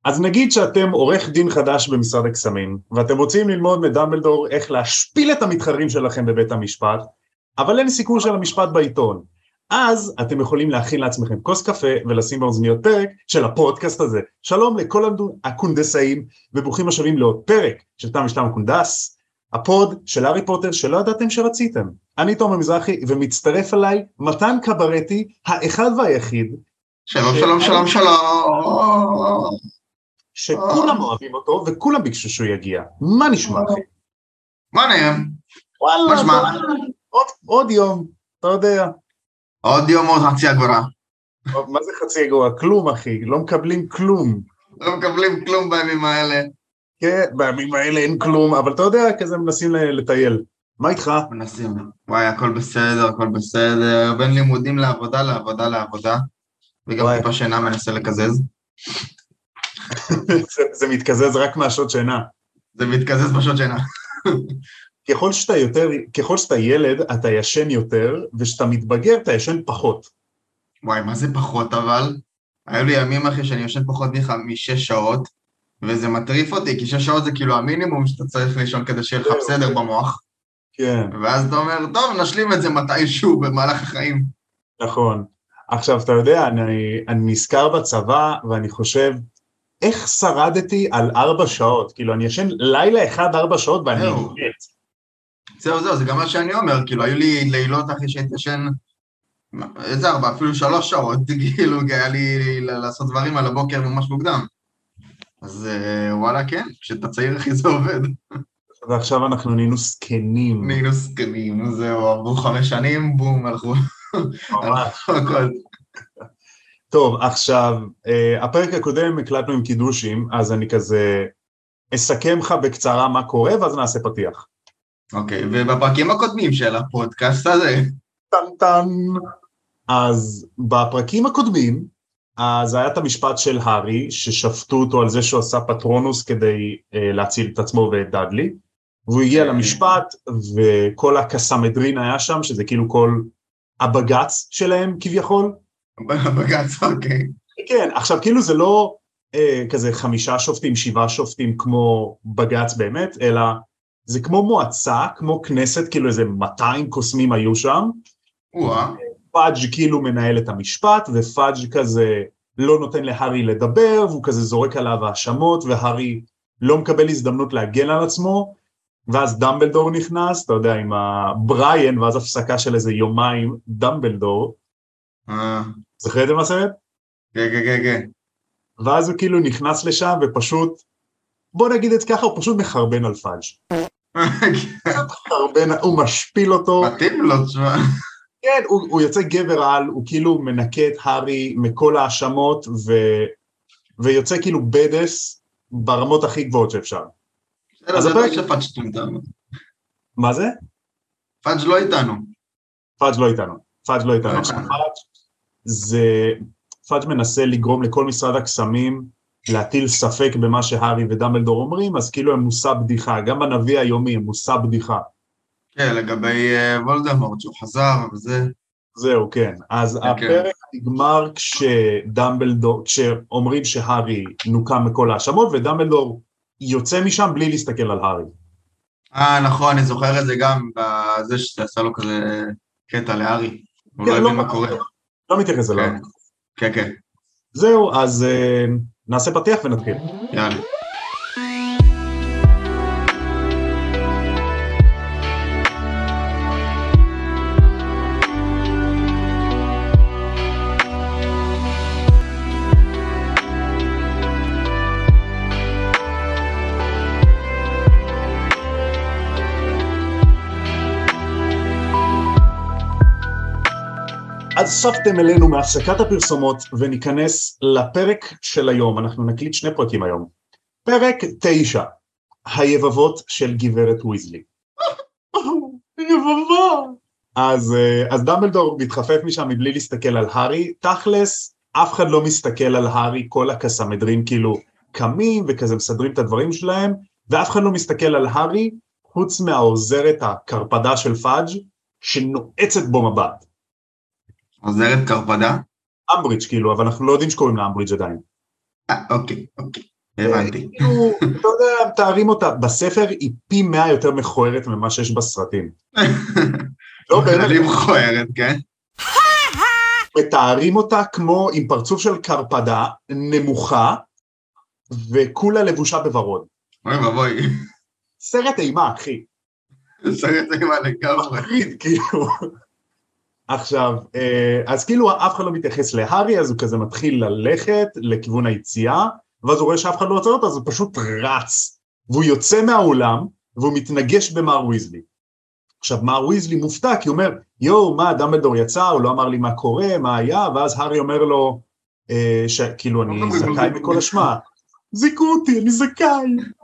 אז נגיד שאתם עורך דין חדש במשרד הקסמים, ואתם רוצים ללמוד מדמבלדור איך להשפיל את המתחרים שלכם בבית המשפט, אבל אין סיכוי של המשפט בעיתון. אז אתם יכולים להכין לעצמכם כוס קפה ולשים באוזניות פרק של הפודקאסט הזה. שלום לכל הקונדסאים וברוכים השבים לעוד פרק של תם ושלם הקונדס, הפוד של הארי פוטר שלא ידעתם שרציתם. אני תומר מזרחי ומצטרף אליי מתן קברטי, האחד והיחיד. שלום שלום שלום שלום. שכולם אוהבים אותו וכולם ביקשו שהוא יגיע. מה נשמע אחי? מה נעים? וואלה, עוד יום, אתה יודע. עוד יום עוד חצי אגורה. מה זה חצי אגורה? כלום אחי, לא מקבלים כלום. לא מקבלים כלום בימים האלה. כן, בימים האלה אין כלום, אבל אתה יודע, כזה מנסים לטייל. מה איתך? מנסים, וואי, הכל בסדר, הכל בסדר. בין לימודים לעבודה, לעבודה, לעבודה. וגם טיפה שינה מנסה לקזז. זה מתקזז רק מהשעות שינה. זה מתקזז בשעות שינה. ככל שאתה ילד, אתה ישן יותר, ושאתה מתבגר, אתה ישן פחות. וואי, מה זה פחות אבל? היו לי ימים אחרי שאני ישן פחות מ6 שעות, וזה מטריף אותי, כי 6 שעות זה כאילו המינימום שאתה צריך לישון כדי שיהיה לך בסדר במוח. כן. ואז אתה אומר, טוב, נשלים את זה מתישהו במהלך החיים. נכון. עכשיו, אתה יודע, אני נזכר בצבא, ואני חושב, איך שרדתי על 4 שעות? כאילו, אני ישן לילה אחד 4 שעות, ואני מת. זהו, זה גם מה שאני אומר, כאילו, היו לי לילות אחרי שהייתי ישן, איזה 4, אפילו 3 שעות, כאילו, היה לי לעשות דברים על הבוקר ממש מוקדם. אז וואלה, כן, כשאתה צעיר אחי זה עובד. ועכשיו אנחנו נהיינו סקנים. נהיינו סקנים, זהו, עברו 5 שנים, בום, הלכו. טוב, עכשיו, הפרק הקודם הקלטנו עם קידושים, אז אני כזה אסכם לך בקצרה מה קורה, ואז נעשה פתיח. אוקיי, ובפרקים הקודמים של הפודקאסט הזה. טן. אז בפרקים הקודמים, אז היה את המשפט של הארי, ששפטו אותו על זה שהוא עשה פטרונוס כדי להציל את עצמו ואת דאדלי, והוא הגיע למשפט, וכל הקסמדרין היה שם, שזה כאילו כל הבגץ שלהם כביכול. הבגץ, אוקיי. כן, עכשיו כאילו זה לא כזה 5 שופטים, 7 שופטים כמו בגץ באמת, אלא זה כמו מועצה, כמו כנסת, כאילו איזה 200 קוסמים היו שם. פאג' כאילו מנהל את המשפט, ופאג' כזה לא נותן להארי לדבר, והוא כזה זורק עליו האשמות, והארי לא מקבל הזדמנות להגן על עצמו, ואז דמבלדור נכנס, אתה יודע, עם הבריין, ואז הפסקה של איזה יומיים, דמבלדור. זכרתם הסרט? כן. ואז הוא כאילו נכנס לשם, ופשוט, בוא נגיד את ככה, הוא פשוט מחרבן על פאג'. הוא משפיל אותו. מתאים לו, תשמע. כן, הוא יוצא גבר על, הוא כאילו מנקה את הארי מכל האשמות, ויוצא כאילו בדס ברמות הכי גבוהות שאפשר. אז זה לא שפאג' טומטם. מה זה? פאג' לא איתנו. פאג' לא איתנו. פאג' מנסה לגרום לכל משרד הקסמים להטיל ספק במה שהארי ודמבלדור אומרים, אז כאילו הם מושא בדיחה, גם בנביא היומי הם מושא בדיחה. כן, לגבי וולדמורט שהוא חזר וזה. זהו, כן. אז הפרק נגמר כשאומרים שהארי נוקם מכל האשמות, ודמבלדור יוצא משם בלי להסתכל על הארי. נכון, אני זוכר את זה גם בזה שעשה לו כזה קטע להארי. הוא לא הבין מה קורה. לא מתייחס אליו. כן. זהו, אז נעשה פתיח ונתחיל. יאללה. אז ספתם אלינו מהפסקת הפרסומות וניכנס לפרק של היום, אנחנו נקליט 2 פרקים היום. פרק 9, היבבות של גברת ויזלי. יבבה! אז דמבלדור מתחפף משם מבלי להסתכל על הארי, תכלס, אף אחד לא מסתכל על הארי, כל הקסמדרין כאילו קמים וכזה מסדרים את הדברים שלהם, ואף אחד לא מסתכל על הארי, חוץ מהעוזרת הקרפדה של פאג' שנועצת בו מבט. עוזרת קרפדה? אמברידג' כאילו, אבל אנחנו לא יודעים שקוראים לה אמברידג' עדיין. אוקיי. הבנתי. כאילו, אתה יודע, מתארים אותה, בספר היא פי 100 יותר מכוערת ממה שיש בסרטים. לא באמת. בכללי מכוערת, כן? מתארים אותה כמו עם פרצוף של קרפדה, נמוכה, וכולה לבושה בוורוד. אוי ואבוי, סרט אימה, אחי. סרט אימה לגמרי. מחריד, כאילו. עכשיו, אז כאילו אף אחד לא מתייחס להרי, אז הוא כזה מתחיל ללכת לכיוון היציאה, ואז הוא רואה שאף אחד לא עוצר אותו, אז הוא פשוט רץ, והוא יוצא מהאולם, והוא מתנגש במר ויזלי. עכשיו, מר ויזלי מופתע, כי הוא אומר, יואו, מה, דמבלדור יצא, הוא לא אמר לי מה קורה, מה היה, ואז הארי אומר לו, שכאילו אני זכאי מכל אשמה. זיקו אותי, אני זכאי.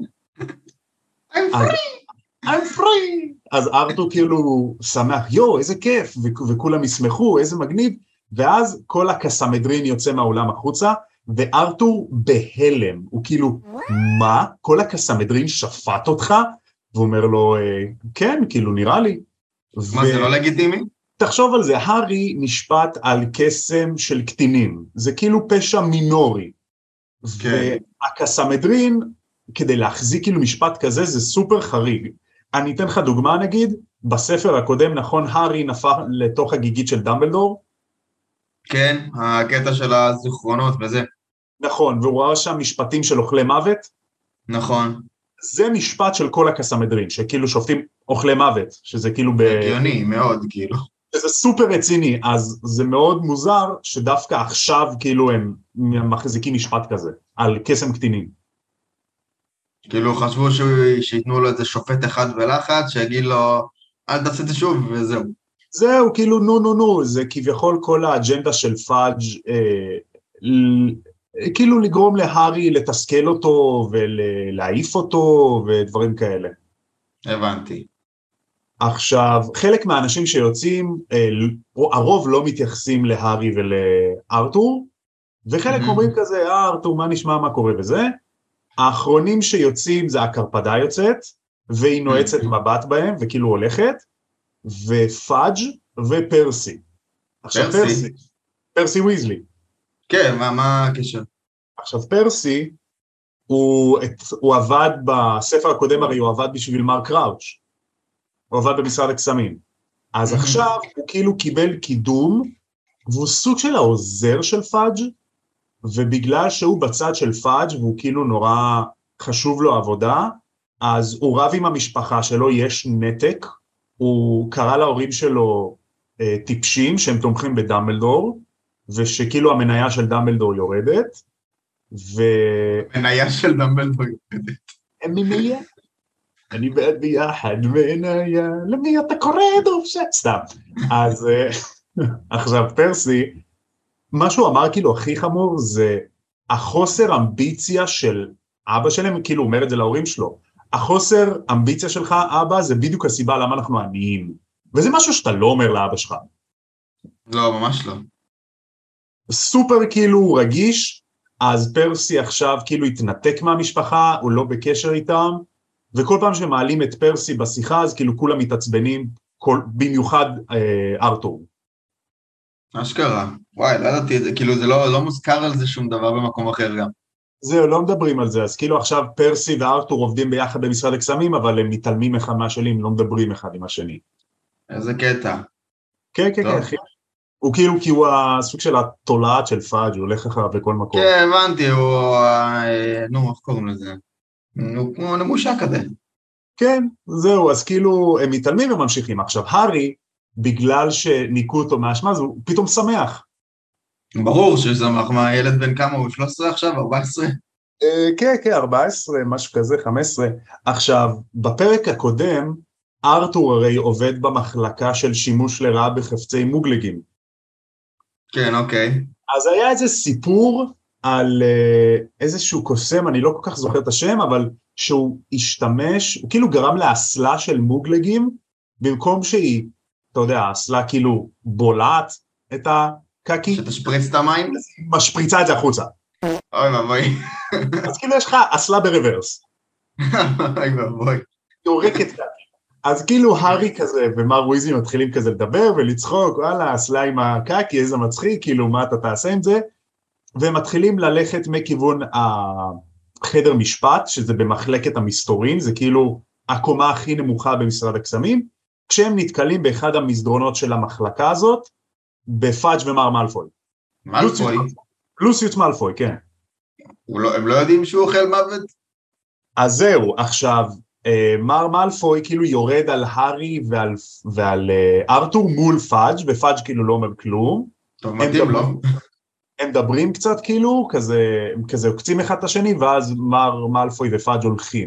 I'm free. אז ארתור כאילו שמח, יואו, איזה כיף, וכולם ישמחו, איזה מגניב, ואז כל הקסמדרין יוצא מהאולם החוצה, וארתור בהלם, הוא כאילו, מה? כל הקסמדרין שפט אותך? והוא אומר לו, כן, כאילו נראה לי. מה, זה לא לגיטימי? תחשוב על זה, הארי נשפט על קסם של קטינים, זה כאילו פשע מינורי, והקסמדרין, כדי להחזיק כאילו משפט כזה, זה סופר חריג. אני אתן לך דוגמה נגיד, בספר הקודם, נכון, הארי נפל לתוך הגיגית של דמבלדור? כן, הקטע של הזיכרונות וזה. נכון, והוא ראה שם משפטים של אוכלי מוות? נכון. זה משפט של כל הקסמדרין, שכאילו שופטים אוכלי מוות, שזה כאילו הגיוני, מאוד כאילו. זה סופר רציני, אז זה מאוד מוזר שדווקא עכשיו כאילו הם מחזיקים משפט כזה, על קסם קטינים. כאילו חשבו שיתנו לו איזה שופט אחד בלחץ, שיגיד לו, אל תעשה את זה שוב, וזהו. זהו, כאילו נו, זה כביכול כל האג'נדה של פאג' כאילו לגרום להארי לתסכל אותו ולהעיף אותו ודברים כאלה. הבנתי. עכשיו, חלק מהאנשים שיוצאים, הרוב לא מתייחסים להארי ולארתור, וחלק אומרים כזה, ארתור, מה נשמע, מה קורה וזה? האחרונים שיוצאים זה הקרפדה יוצאת, והיא נועצת מבט בהם, וכאילו הולכת, ופאג' ופרסי. עכשיו פרסי ויזלי. כן, מה הקשר? עכשיו פרסי, הוא עבד בספר הקודם, הרי הוא עבד בשביל מר קראוץ'. הוא עבד במשרד הקסמים. אז עכשיו הוא כאילו קיבל קידום, והוא סוג של העוזר של פאג', ובגלל שהוא בצד של פאג' והוא כאילו נורא חשוב לו עבודה, אז הוא רב עם המשפחה שלו, יש נתק, הוא קרא להורים שלו טיפשים שהם תומכים בדמבלדור, ושכאילו המניה של דמבלדור יורדת, מניה של דמבלדור יורדת. מניה? אני בעד ביחד מניה, למי אתה קורא דובשה? סתם. אז עכשיו פרסי, מה שהוא אמר כאילו הכי חמור זה החוסר אמביציה של אבא שלהם, כאילו הוא אומר את זה להורים שלו, החוסר אמביציה שלך אבא זה בדיוק הסיבה למה אנחנו עניים, וזה משהו שאתה לא אומר לאבא שלך. לא, ממש לא. סופר כאילו רגיש, אז פרסי עכשיו כאילו התנתק מהמשפחה, הוא לא בקשר איתם, וכל פעם שמעלים את פרסי בשיחה, אז כאילו כולם מתעצבנים, במיוחד ארתור. אשכרה, וואי, לא ידעתי את זה, כאילו זה לא מוזכר על זה שום דבר במקום אחר גם. זהו, לא מדברים על זה, אז כאילו עכשיו פרסי וארתור עובדים ביחד במשרד הקסמים, אבל הם מתעלמים אחד מהשני, הם לא מדברים אחד עם השני. איזה קטע. כן, אחי. הוא כאילו, כי הוא הסוג של התולעת של פאג', הוא הולך אחריו בכל מקום. כן, הבנתי, הוא, נו, איך קוראים לזה? הוא כמו נמושה כזה. כן, זהו, אז כאילו הם מתעלמים וממשיכים. עכשיו, הארי, בגלל שניקו אותו מהאשמה, אז הוא פתאום שמח. ברור ששמח, מה, הילד בן כמה הוא? 13 עכשיו? 14? כן, 14, משהו כזה, 15. עכשיו, בפרק הקודם, ארתור הרי עובד במחלקה של שימוש לרעה בחפצי מוגלגים. כן, אוקיי. אז היה איזה סיפור על איזשהו קוסם, אני לא כל כך זוכר את השם, אבל שהוא השתמש, הוא כאילו גרם לאסלה של מוגלגים, במקום שהיא, אתה יודע, האסלה כאילו בולעת את הקקי. שתשפריץ את המים? משפריצה את זה החוצה. אוי ואבוי. אז כאילו יש לך אסלה ברוורס. אוי ואבוי. יורקת קקי. אז כאילו הארי כזה ומר ויזלי מתחילים כזה לדבר ולצחוק, וואלה, אסלה עם הקקי, איזה מצחיק, כאילו מה אתה תעשה עם זה, והם מתחילים ללכת מכיוון חדר משפט, שזה במחלקת המסתורים, זה כאילו הקומה הכי נמוכה במשרד הקסמים, כשהם נתקלים באחד המסדרונות של המחלקה הזאת, בפאג' ומר מאלפוי. מאלפוי? לוסיוס מאלפוי, כן. הם לא יודעים שהוא אוכל מוות? אז זהו, עכשיו, מר מאלפוי כאילו יורד על הארי ועל ארתור מול פאג', ופאג' כאילו לא אומר כלום. טוב, מתאים לו. הם מדברים קצת כאילו, כזה עוקצים אחד את השני, ואז מר מאלפוי ופאג' הולכים.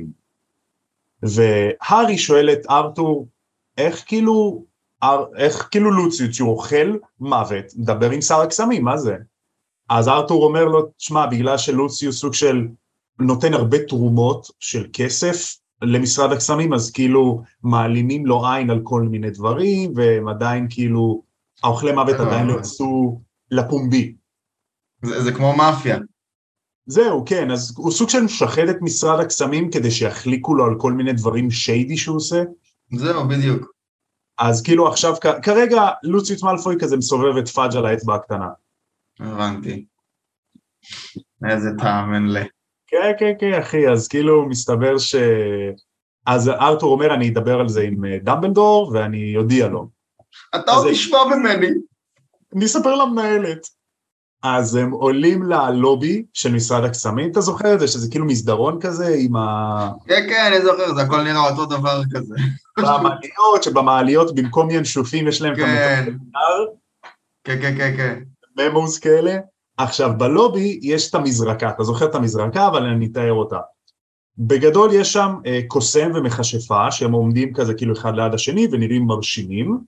והארי שואל את ארתור, איך כאילו לוציוס שהוא אוכל מוות, מדבר עם שר הקסמים, מה זה? אז ארתור אומר לו, תשמע, בגלל שלוציוס סוג של נותן הרבה תרומות של כסף למשרד הקסמים, אז כאילו מעלימים לו עין על כל מיני דברים, והם עדיין כאילו, האוכלי מוות עדיין לא יצאו לפומבי. זה כמו מאפיה. זהו, כן, אז הוא סוג של משחד את משרד הקסמים, כדי שיחליקו לו על כל מיני דברים שיידי שהוא עושה. זהו, בדיוק. אז כאילו עכשיו, כרגע לוציוס מאלפוי כזה מסובב את פאג' על האצבע הקטנה. הבנתי. איזה טעם אין לי. כן, כן, כן, אחי, אז כאילו מסתבר אז ארתור אומר, אני אדבר על זה עם דמבלדור, ואני יודיע לו. אתה עוד תשמע ממני. אני אספר למנהלת. אז הם עולים ללובי של משרד הקסמים, אתה זוכר את זה, שזה כאילו מסדרון כזה עם כן, כן, אני זוכר, זה הכל נראה אותו דבר כזה. במעליות, שבמעליות במקום ינשופים יש להם את כן. כן, כן, כן, כן. ממוס כאלה. עכשיו, בלובי יש את המזרקה, אתה זוכר את המזרקה, אבל אני אתאר אותה. בגדול יש שם קוסם ומכשפה, שהם עומדים כזה כאילו אחד ליד השני, ונראים מרשימים,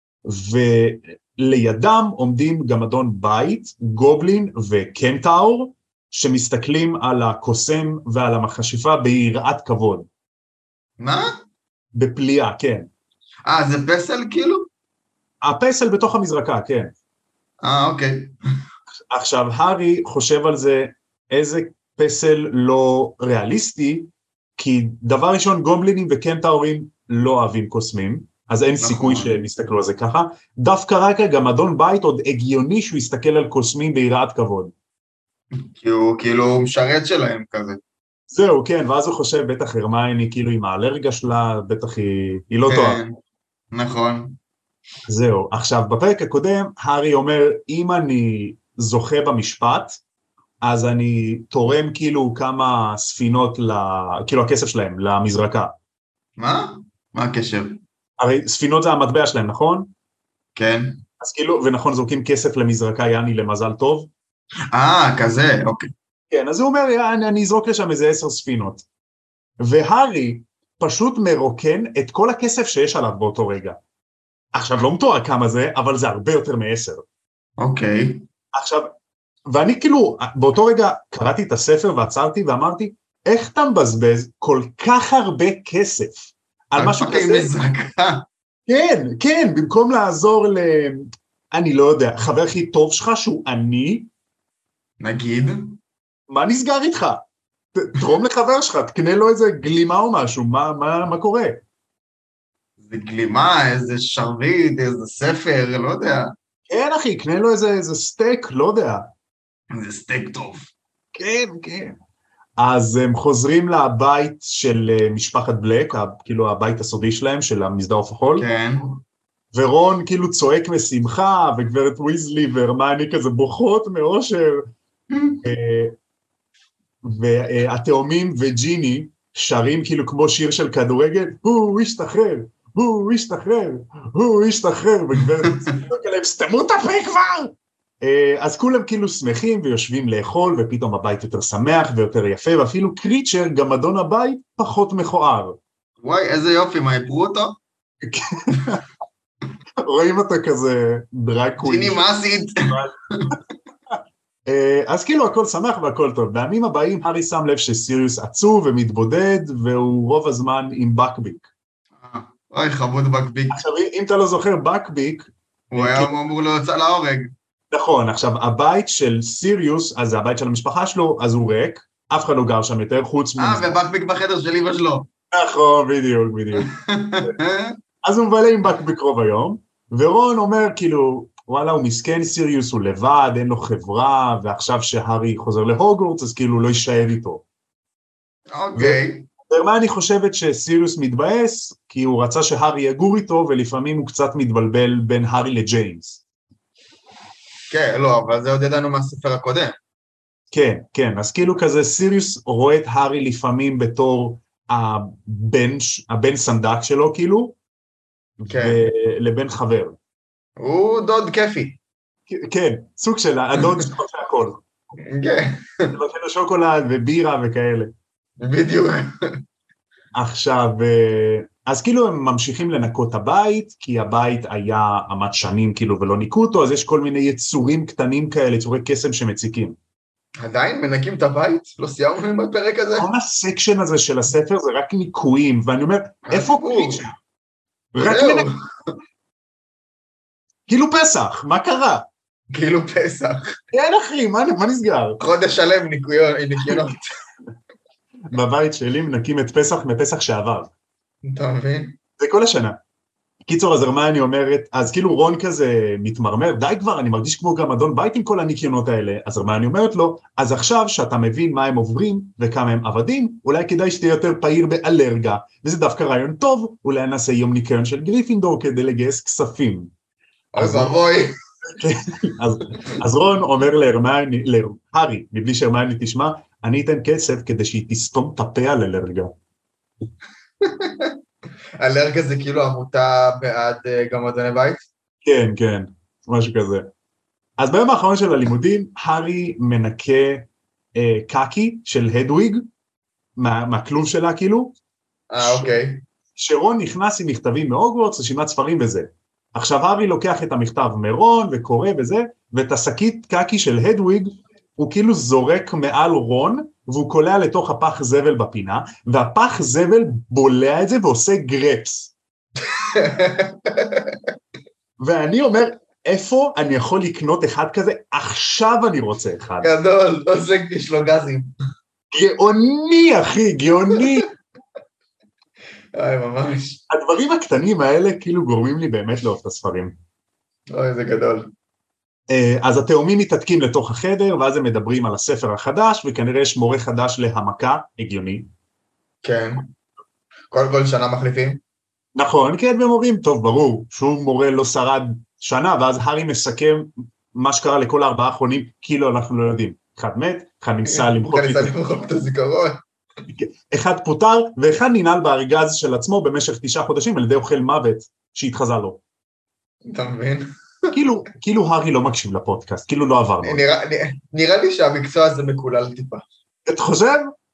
ולידם עומדים גם אדון בית, גובלין וקנטאור, שמסתכלים על הקוסם ועל המכשפה ביראת כבוד. מה? בפליאה, כן. זה פסל כאילו? הפסל בתוך המזרקה, כן. אוקיי. עכשיו, הארי חושב על זה איזה פסל לא ריאליסטי, כי דבר ראשון, גובלינים וקנטאורים לא אוהבים קוסמים, אז אין סיכוי שהם יסתכלו על זה ככה. דווקא רק גם אדון בית עוד הגיוני שהוא יסתכל על קוסמים ביראת כבוד. כי הוא כאילו משרת שלהם כזה. זהו, כן, ואז הוא חושב, בטח הרמיוני כאילו עם האלרגיה שלה, בטח היא לא טועה. כן, נכון. זהו, עכשיו בפרק הקודם, הארי אומר, אם אני זוכה במשפט, אז אני תורם כאילו כמה ספינות, כאילו הכסף שלהם, למזרקה. מה? מה הקשר? הרי ספינות זה המטבע שלהם, נכון? כן. אז כאילו, ונכון, זורקים כסף למזרקה, יעני למזל טוב. כזה, אוקיי. כן, אז הוא אומר, אני אזרוק לשם איזה 10 ספינות. והארי פשוט מרוקן את כל הכסף שיש עליו באותו רגע. עכשיו, לא מתואר כמה זה, אבל זה הרבה יותר מ10. אוקיי. עכשיו, ואני כאילו, באותו רגע קראתי את הספר ועצרתי ואמרתי, איך אתה מבזבז כל כך הרבה כסף על משהו כזה? מזרקה. כן, כן, במקום לעזור אני לא יודע, חבר הכי טוב שלך שהוא אני, נגיד? מה נסגר איתך? תרום לחבר שלך, תקנה לו איזה גלימה או משהו, מה קורה? איזה גלימה, איזה שרביט, איזה ספר, לא יודע. כן אחי, קנה לו איזה סטייק, לא יודע. איזה סטייק טוב. כן, כן. אז הם חוזרים לבית של משפחת בלק, כאילו הבית הסודי שלהם, של המסדר אופחול. כן. ורון כאילו צועק משמחה, וגברת ויזלי והרמיוני כזה בוכות מאושר. והתאומים וג'יני שרים כאילו כמו שיר של כדורגל, הוא ישתחרר, הוא ישתחרר, הוא ישתחרר, וגברת ויזלי, סתמו את הפה כבר! אז כולם כאילו שמחים ויושבים לאכול, ופתאום הבית יותר שמח ויותר יפה, ואפילו קריצ'ר, גם אדון הבית, פחות מכוער. וואי, איזה יופי, מה, יפרו אותו? רואים אותה כזה דרקווי. ג'יני מסית. אז כאילו הכל שמח והכל טוב. בימים הבאים הארי שם לב שסיריוס עצוב ומתבודד, והוא רוב הזמן עם בקביק. אוי, חמוד בקביק. עכשיו, אם אתה לא זוכר, בקביק... הוא היה אמור להוצא להורג. נכון, עכשיו, הבית של סיריוס, אז זה הבית של המשפחה שלו, אז הוא ריק, אף אחד לא גר שם יותר, חוץ ובקביק בחדר של אמא שלו. נכון, בדיוק. אז הוא מבלה עם בקביק רוב היום, ורון אומר כאילו, וואלה, הוא מסכן, סיריוס הוא לבד, אין לו חברה, ועכשיו שהארי חוזר להוגוורטס, אז כאילו לא יישאר איתו. אוקיי. והרמיוני חושבת שסיריוס מתבאס, כי הוא רצה שהארי יגור איתו, ולפעמים הוא קצת מתבלבל בין הארי לג'יימס. כן, לא, אבל זה עוד ידענו מהספר הקודם. כן, כן, אז כאילו כזה סיריוס רואה את הארי לפעמים בתור הבן סנדק שלו, כאילו, כן. ולבן חבר. הוא דוד כיפי. כן, סוג של הדוד שעושה הכל. כן. נותן לו שוקולד ובירה וכאלה. בדיוק. עכשיו, אז כאילו הם ממשיכים לנקות את הבית, כי הבית היה עמד שנים כאילו ולא ניקו אותו, אז יש כל מיני יצורים קטנים כאלה, יצורי קסם שמציקים. עדיין מנקים את הבית? לא סיימנו עם הפרק הזה? כל הסקשן הזה של הספר זה רק ניקויים, ואני אומר, איפה קריצ'ר? רק מנקים. כאילו פסח, מה קרה? כאילו פסח. כן אחי, מה נסגר? חודש שלם ניקיונות. בבית שלי מנקים את פסח מפסח שעבר. אתה מבין? זה כל השנה. קיצור, אז הרמיוני אומרת, אז כאילו רון כזה מתמרמר, די כבר, אני מרגיש כמו גם אדון בית עם כל הניקיונות האלה, אז הרמיוני אומרת לו, אז עכשיו שאתה מבין מה הם עוברים וכמה הם עבדים, אולי כדאי שתהיה יותר פעיר באלרגה, וזה דווקא רעיון טוב, אולי נעשה יום ניקיון של גריפינדור כדי לגייס כספים. אז אבוי. אז רון אומר להרי, מבלי שהרמיוני תשמע, אני אתן כסף כדי שהיא תסתום את הפה על אלרגה. אלרגה זה כאילו עמותה בעד גמדוני בית? כן, כן, משהו כזה. אז ביום האחרון של הלימודים, הארי מנקה קאקי של הדוויג, מהכלוב שלה כאילו. אוקיי. שרון נכנס עם מכתבים מהוגוורטס, רשימת ספרים וזה. עכשיו הארי לוקח את המכתב מרון וקורא וזה, ואת השקית קאקי של הדוויג, הוא כאילו זורק מעל רון, והוא קולע לתוך הפח זבל בפינה, והפח זבל בולע את זה ועושה גרפס. ואני אומר, איפה אני יכול לקנות אחד כזה? עכשיו אני רוצה אחד. גדול, לא זה יש לו גזים. גאוני, אחי, גאוני. ממש. הדברים הקטנים האלה כאילו גורמים לי באמת לאהוב את הספרים. אוי, זה גדול. אז התאומים מתעתקים לתוך החדר, ואז הם מדברים על הספר החדש, וכנראה יש מורה חדש להמקה, הגיוני. כן. כל שנה מחליפים? נכון, כן, ומורים, טוב, ברור, שום מורה לא שרד שנה, ואז הארי מסכם מה שקרה לכל 4 האחרונים, כאילו אנחנו לא יודעים. אחד מת, אחד ניסה למחוק את הזיכרון. אחד פוטר, ואחד ננעל בארגז של עצמו במשך 9 חודשים, על ידי אוכל מוות שהתחזה לו. אתה מבין? כאילו הארי לא מקשיב לפודקאסט, כאילו לא עברנו. נראה לי שהמקצוע הזה מקולל טיפה. אתה חושב?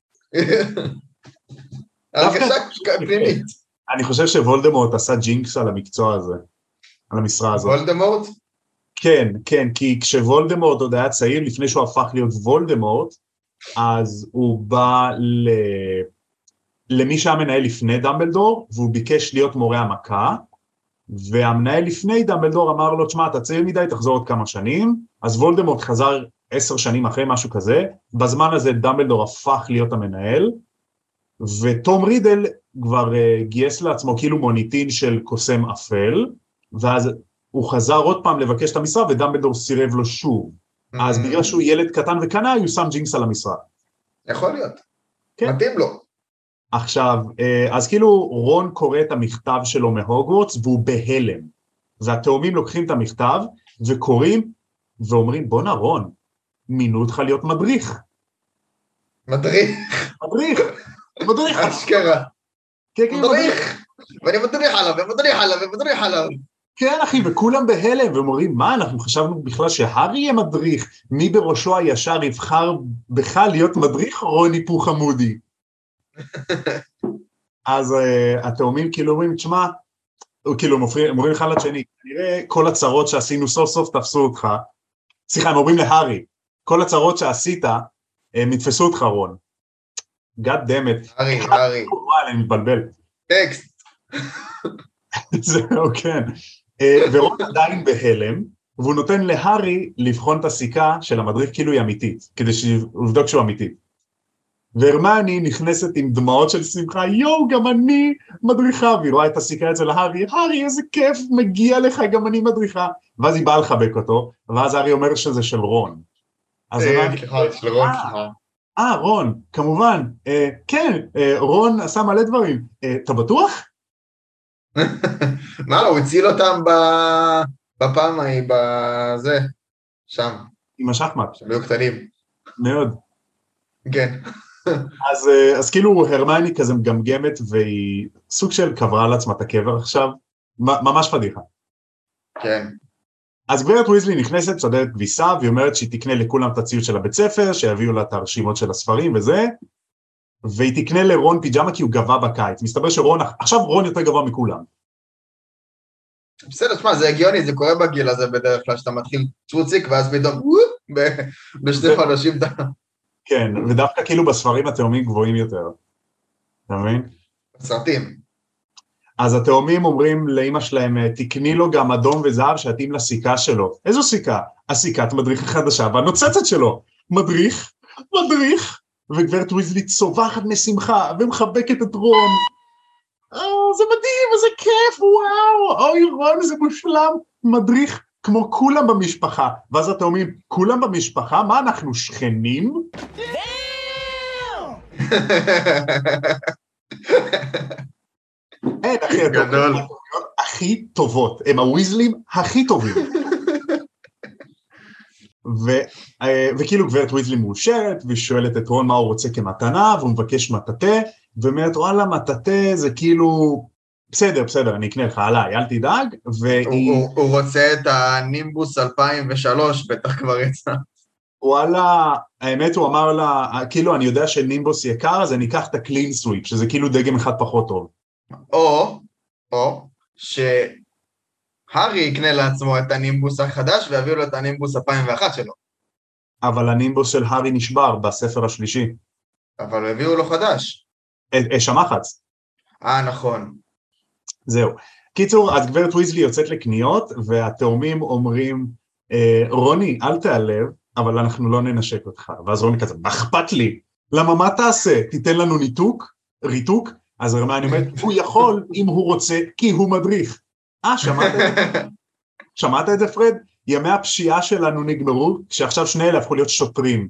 הרגשה פנימית. אני חושב שוולדמורט עשה ג'ינקס על המקצוע הזה, על המשרה הזאת. וולדמורט? כן, כן, כי כשוולדמורט עוד היה צעיר, לפני שהוא הפך להיות וולדמורט, אז הוא בא למי שהיה מנהל לפני דמבלדור, והוא ביקש להיות מורה המכה, והמנהל לפני דמבלדור אמר לו, תשמע, אתה צעיר מדי, תחזור עוד כמה שנים, אז וולדמורט חזר 10 שנים אחרי משהו כזה, בזמן הזה דמבלדור הפך להיות המנהל, וטום רידל כבר גייס לעצמו כאילו מוניטין של קוסם אפל, ואז הוא חזר עוד פעם לבקש את המשרה, ודמבלדור סירב לו שוב. אז בגלל שהוא ילד קטן וקנה, הוא שם ג'ינקס על המשרה. יכול להיות. כן. מתאים לו. עכשיו, אז כאילו רון קורא את המכתב שלו מהוגוורטס, והוא בהלם. והתאומים לוקחים את המכתב, וקוראים, ואומרים, בוא נרון, מינו אותך להיות מדריך. מדריך. מדריך. מדריך. אשכרה. כן, כן, מדריך. ואני מדריך עליו, ומדריך עליו, ומדריך עליו. כן אחי, וכולם בהלם, והם אומרים, מה, אנחנו חשבנו בכלל שהארי יהיה מדריך, מי בראשו הישר יבחר בך להיות מדריך, רוני פוך המודי. אז התאומים כאילו אומרים, תשמע, כאילו אומרים אחד לשני, נראה כל הצרות שעשינו סוף סוף תפסו אותך, סליחה, הם אומרים להארי, כל הצרות שעשית, הם יתפסו אותך רון. God damn it. הארי. אני מתבלבל. טקסט. זהו, כן. ורון עדיין בהלם, והוא נותן להארי לבחון את הסיכה של המדריך כאילו היא אמיתית, כדי שיבדוק שהוא אמיתי. והרמיוני נכנסת עם דמעות של שמחה, יואו, גם אני מדריכה, והיא רואה את הסיכה אצל הארי, הארי, איזה כיף, מגיע לך, גם אני מדריכה. ואז היא באה לחבק אותו, ואז הארי אומר שזה של רון. של רון, סליחה. רון, כמובן, כן, רון עשה מלא דברים, אתה בטוח? מה, הוא הציל אותם בפעם ההיא, בזה, שם, עם השחמט. שהם היו קטנים. מאוד. כן. אז כאילו הרמיוני כזה מגמגמת, והיא סוג של קברה על עצמה את הקבר עכשיו, ממש פדיחה. כן. אז גברת ויזלי נכנסת, סודרת כביסה, והיא אומרת שהיא תקנה לכולם את הציוד של הבית ספר, שיביאו לה את הרשימות של הספרים וזה, והיא תקנה לרון פיג'מה כי הוא גבה בקיץ. מסתבר עכשיו רון יותר גבוה מכולם. בסדר, תשמע, זה הגיוני, זה קורה בגיל הזה בדרך כלל, שאתה מתחיל צ'וציק, ואז פתאום, בשני חודשים אתה... כן, ודווקא כאילו בספרים התאומים גבוהים יותר. אתה מבין? סרטים. אז התאומים אומרים לאמא שלהם, תקני לו גם אדום וזהב שיתאים לסיכה שלו. איזו סיכה? הסיכת מדריך החדשה והנוצצת שלו. מדריך, וגברת ויזלי צווחת משמחה ומחבקת את רון. זה מדהים, איזה כיף, וואו, אוי רון, זה מושלם. מדריך כמו כולם במשפחה. ואז התאומים, כולם במשפחה? מה, אנחנו שכנים? אין, אחי, גדול. הכי טובות, הם הוויזלים הכי טובים. וכאילו גברת ויזלי מאושרת, והיא שואלת את רון מה הוא רוצה כמתנה, והוא מבקש מטאטה, ואומרת, וואלה, מטאטה זה כאילו, בסדר, אני אקנה לך, עליי, אל תדאג, הוא רוצה את הנימבוס 2003, בטח כבר יצא. וואלה, האמת הוא אמר לה, כאילו אני יודע שנימבוס יקר, אז אני אקח את הקלין סוויפ, שזה כאילו דגם אחד פחות טוב. או שהארי יקנה לעצמו את הנימבוס החדש, ויביאו לו את הנימבוס 2001 שלו. אבל הנימבוס של הארי נשבר בספר השלישי. אבל הביאו לו חדש. שמחץ. נכון. זהו. קיצור, אז גברת ויזלי יוצאת לקניות, והתאומים אומרים, רוני, אל תיעלב, אבל אנחנו לא ננשק אותך. ואז רוני כזה, אכפת לי. למה מה תעשה? תיתן לנו ריתוק? אז הרמיוני אומרת, הוא יכול אם הוא רוצה, כי הוא מדריך. שמעת את זה, פרד? ימי הפשיעה שלנו נגמרו, שעכשיו שני אלה הפכו להיות שוטרים.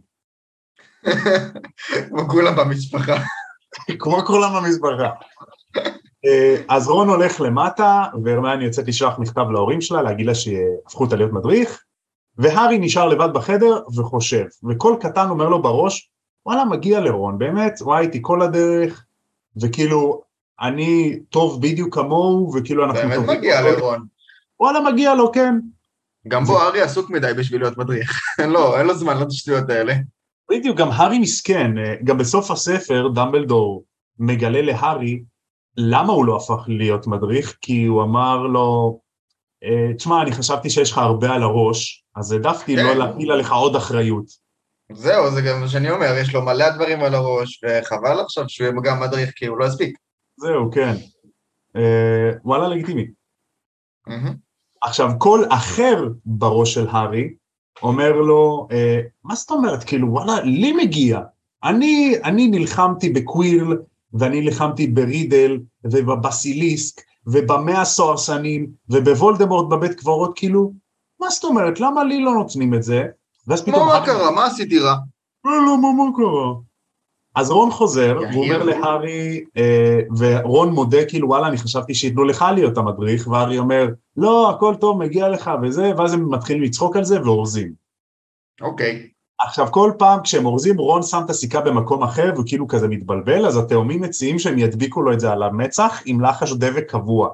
כמו כולם במשפחה. כמו כולם במשפחה. אז רון הולך למטה, והרמיוני יוצאת לשלוח מכתב להורים שלה, להגיד לה שהפכו אותה להיות מדריך, והארי נשאר לבד בחדר וחושב, וכל קטן אומר לו בראש, וואלה, מגיע לרון, באמת, וואי, איתי כל הדרך, וכאילו, אני טוב בדיוק כמוהו, וכאילו אנחנו באמת טובים. מגיע לרון. וואלה, מגיע לו, כן. גם בו הארי עסוק מדי בשביל להיות מדריך. אין לו זמן לתשתיות האלה. בדיוק, גם הארי מסכן, גם בסוף הספר, דמבלדור מגלה להארי, למה הוא לא הפך להיות מדריך, כי הוא אמר לו, תשמע, אני חשבתי שיש לך הרבה על הראש, אז העדפתי לא להפיל עליך עוד אחריות. זהו, זה גם מה שאני אומר, יש לו מלא דברים על הראש, וחבל עכשיו שהוא יהיה גם מדריך, כי הוא לא הספיק. זהו, כן. וואלה, לגיטימי. עכשיו, כל אחר בראש של הארי, אומר לו, מה זאת אומרת, כאילו, וואלה, לי מגיע. אני נלחמתי בקווירל, ואני נלחמתי ברידל, ובבסיליסק, ובמאה סוהרסנים, ובוולדמורט בבית קברות, כאילו, מה זאת אומרת, למה לי לא נותנים את זה? מה קרה? מה עשיתי רע? לא, מה קרה? אז רון חוזר, והוא אומר להארי, ורון מודה, כאילו, וואלה, אני חשבתי שיתנו לך להיות המדריך, והארי אומר, לא, הכל טוב, מגיע לך וזה, ואז הם מתחילים לצחוק על זה ואורזים. אוקיי. עכשיו, כל פעם כשהם אורזים, רון שם את הסיכה במקום אחר, והוא כאילו כזה מתבלבל, אז התאומים מציעים שהם ידביקו לו את זה על המצח, עם לחש דבק קבוע.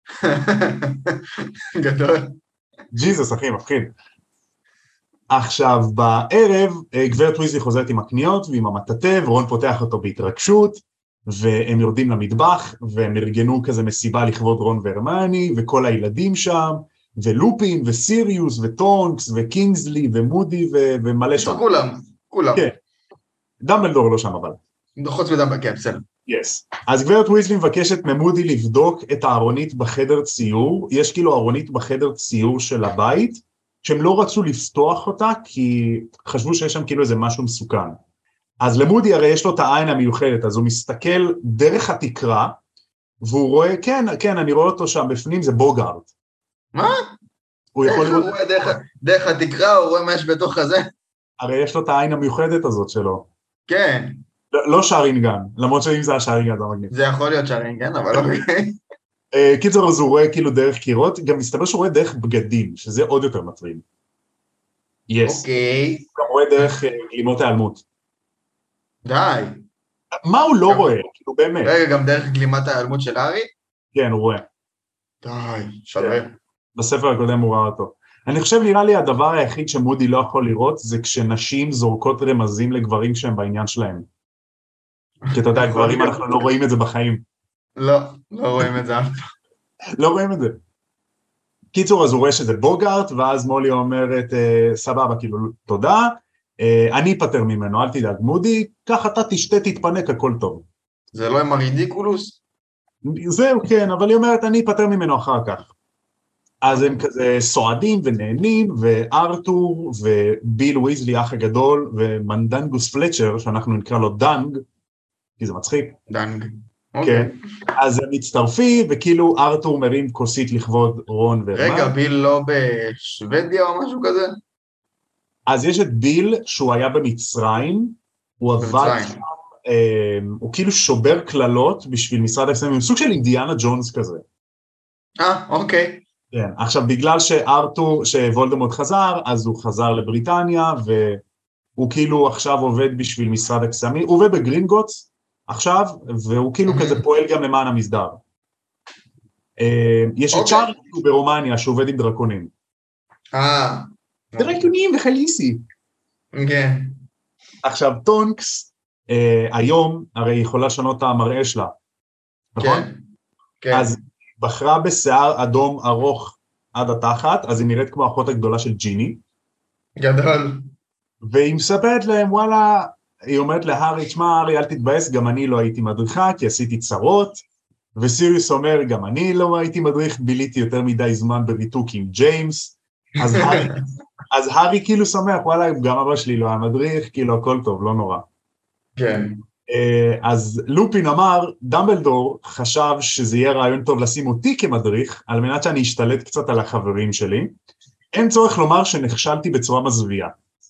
גדול. ג'יזוס, אחי, מפחיד. עכשיו, בערב, גברת ויזלי חוזרת עם הקניות ועם המטאטה, ורון פותח אותו בהתרגשות, והם יורדים למטבח, והם ארגנו כזה מסיבה לכבוד רון והרמיוני, וכל הילדים שם, ולופין, וסיריוס, וטונקס, וקינגסלי, ומודי, ומלא שם. כולם. כן. דמבלדור לא שם אבל. חוץ מדמבלדור, כן, בסדר. Yes. אז גברת ויזלי מבקשת ממודי לבדוק את הארונית בחדר ציור, יש כאילו ארונית בחדר ציור של הבית, שהם לא רצו לפתוח אותה, כי חשבו שיש שם כאילו איזה משהו מסוכן. אז למודי הרי יש לו את העין המיוחדת, אז הוא מסתכל דרך התקרה, והוא רואה, כן, אני רואה אותו שם בפנים, זה בוגארט. מה? הוא יכול לראות... דרך התקרה, הוא רואה מה יש בתוך הזה? הרי יש לו את העין המיוחדת הזאת שלו. כן, לא שרינגן, למרות שאם זה השרינגן זה מגניב. זה יכול להיות שרינגן, אבל אוקיי. קיצור, אז הוא רואה כאילו דרך קירות, גם מסתבר שהוא רואה דרך בגדים, שזה עוד יותר מטריד. אוקיי. הוא גם רואה דרך גלימות העלמות. די. מה הוא לא רואה? כאילו באמת. רגע, גם דרך גלימת ההיעלמות של הארי? כן, הוא רואה. די, שווה. בספר הקודם הוא ראה אותו. אני חושב, נראה לי, הדבר היחיד שמודי לא יכול לראות, זה כשנשים זורקות רמזים לגברים שהם בעניין שלהם. כי אתה יודע, גברים אנחנו לא רואים את זה בחיים. לא, לא רואים את זה אף פעם. לא רואים את זה. קיצור, אז הוא רואה שזה בוגארט, ואז מולי אומרת, סבבה, כאילו, תודה, אני אפטר ממנו, אל תדאג, מודי, ככה אתה תשתה, תתפנק, הכל טוב. זה לא עם הרידיקולוס? זהו, כן, אבל היא אומרת, אני אפטר ממנו אחר כך. אז הם כזה סועדים ונהנים, וארתור וביל ויזלי, אח הגדול, ומנדנגוס פלצ'ר, שאנחנו נקרא לו דנג, כי זה מצחיק. דנג. כן. אז הם מצטרפים, וכאילו ארתור מרים כוסית לכבוד רון והרמיוני. רגע, ביל לא בשוודיה או משהו כזה? אז יש את ביל, שהוא היה במצרים, הוא עבד שם, הוא כאילו שובר כללות בשביל משרד הקסמים, סוג של אינדיאנה ג'ונס כזה. אוקיי. כן, עכשיו בגלל שוולדמורט חזר, אז הוא חזר לבריטניה, והוא כאילו עכשיו עובד בשביל משרד הקסמים, הוא עובד בגרינגוטס עכשיו, והוא כאילו כזה פועל גם למען המסדר. יש את צ'ארלי ברומניה, שעובד עם דרקונים. דרקונים וחליסי. כן. עכשיו טונקס, היום הרי יכולה לשנות את המראה שלה, נכון? כן. אז בחרה בשיער אדום ארוך עד התחת, אז היא נראית כמו האחות הגדולה של ג'יני. גדול. והיא מספרת להם, וואלה, היא אומרת להארי, תשמע, הארי, אל תתבאס, גם אני לא הייתי מדריכה, כי עשיתי צרות, וסיריוס אומר, גם אני לא הייתי מדריך, ביליתי יותר מדי זמן בריתוק עם ג'יימס, אז הארי כאילו שמח, וואלה, גם אבא שלי לא היה מדריך, כאילו הכל טוב, לא נורא. כן. אז לופין אמר, דמבלדור חשב שזה יהיה רעיון טוב לשים אותי כמדריך, על מנת שאני אשתלט קצת על החברים שלי. אין צורך לומר שנכשלתי בצורה מזוויעה.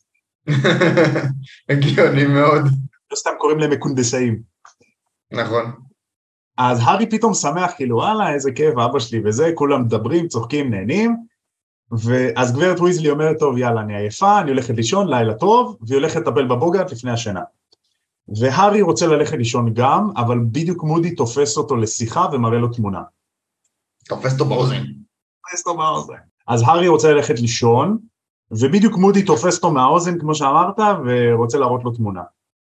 הגיוני מאוד. לא סתם קוראים להם מקונדסאים. נכון. אז הארי פתאום שמח, כאילו, וואלה, איזה כיף, אבא שלי וזה, כולם מדברים, צוחקים, נהנים, ואז גברת ויזלי אומרת, טוב, יאללה, אני עייפה, אני הולכת לישון, לילה טוב, והיא הולכת לטפל בבוגארט לפני השינה. והארי רוצה ללכת לישון גם, אבל בדיוק מודי תופס אותו לשיחה ומראה לו תמונה. תופס אותו באוזן. אז הארי רוצה ללכת לישון, ובדיוק מודי תופס אותו מהאוזן, כמו שאמרת, ורוצה להראות לו תמונה.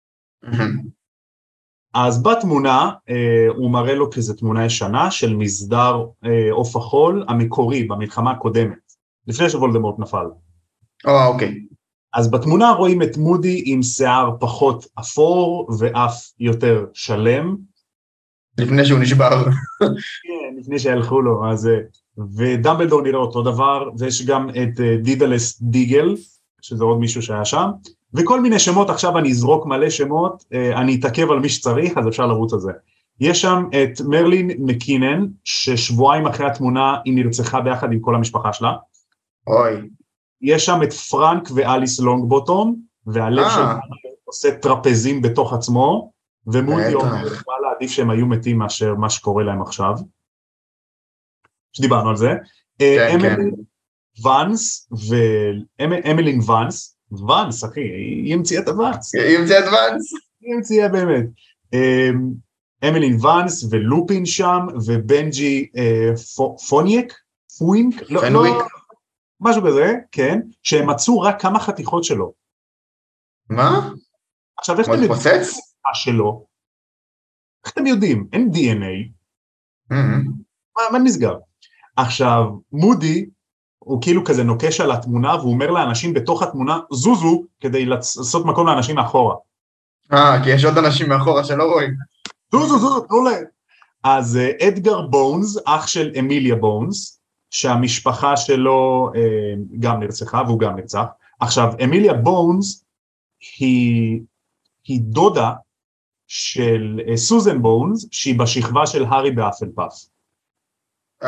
אז בתמונה, הוא מראה לו כזה תמונה ישנה, של מסדר עוף החול המקורי, במלחמה הקודמת, לפני שוולדמורט נפל. אוקיי. אז בתמונה רואים את מודי עם שיער פחות אפור ואף יותר שלם. לפני שהוא נשבר. כן, לפני שהלכו לו, אז, ודמבלדור נראה אותו דבר, ויש גם את דידלס דיגל, שזה עוד מישהו שהיה שם, וכל מיני שמות, עכשיו אני אזרוק מלא שמות, אני אתעכב על מי שצריך, אז אפשר לרוץ על זה. יש שם את מרלין מקינן, ששבועיים אחרי התמונה היא נרצחה ביחד עם כל המשפחה שלה. אוי. יש שם את פרנק ואליס לונגבוטום, והלב שלהם עושה טרפזים בתוך עצמו, ומודי אומר, וואלה, עדיף שהם היו מתים מאשר מה שקורה להם עכשיו. שדיברנו על זה. אמילין ואנס, ואמילין ואנס, אחי, היא המציאה את הוואנס. היא המציאה את ואנס? היא המציאה באמת. אמילין ואנס ולופין שם, ובנג'י פוניק, פוינק, משהו כזה, כן, שהם מצאו רק כמה חתיכות שלו. מה? עכשיו, איך אתם יודעים שלו? איך אתם יודעים? אין DNA. מה נסגר? עכשיו, מודי, הוא כאילו כזה נוקש על התמונה, והוא אומר לאנשים בתוך התמונה, זוזו, כדי לעשות מקום לאנשים מאחורה. כי יש עוד אנשים מאחורה שלא רואים. זוזו, תנו להם. אז אדגר בונס, אח של אמיליה בונס, שהמשפחה שלו גם נרצחה, והוא גם נרצח. עכשיו, אמיליה בונס היא דודה של סוזן בונס, שהיא בשכבה של הארי באפלפאף.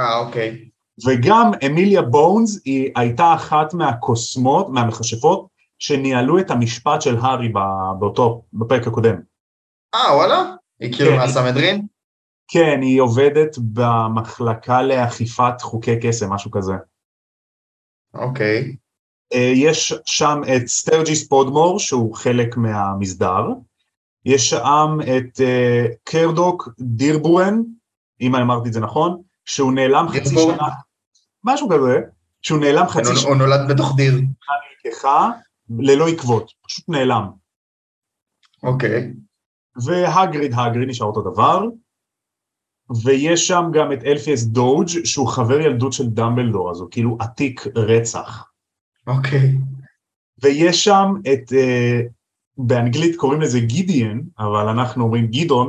אוקיי. וגם אמיליה בונס היא הייתה אחת מהקוסמות, מהמכשפות, שניהלו את המשפט של הארי בפרק הקודם. וואלה? היא כאילו מהסמדרין? כן, היא עובדת במחלקה לאכיפת חוקי קסם, משהו כזה. אוקיי. יש שם את סטרג'יס פודמור, שהוא חלק מהמסדר. יש שם את קרדוק דירבורן, אם אני אמרתי את זה נכון, שהוא נעלם חצי שנה, משהו כזה, שהוא נעלם חצי שנה. הוא נולד בתוך דיר. ללא עקבות, פשוט נעלם. אוקיי. והגריד נשאר אותו דבר. ויש שם גם את אלפיאס דוג' שהוא חבר ילדות של דמבלדור, אז הוא כאילו עתיק רצח. אוקיי. ויש שם את, באנגלית קוראים לזה גידיאן, אבל אנחנו אומרים גידון.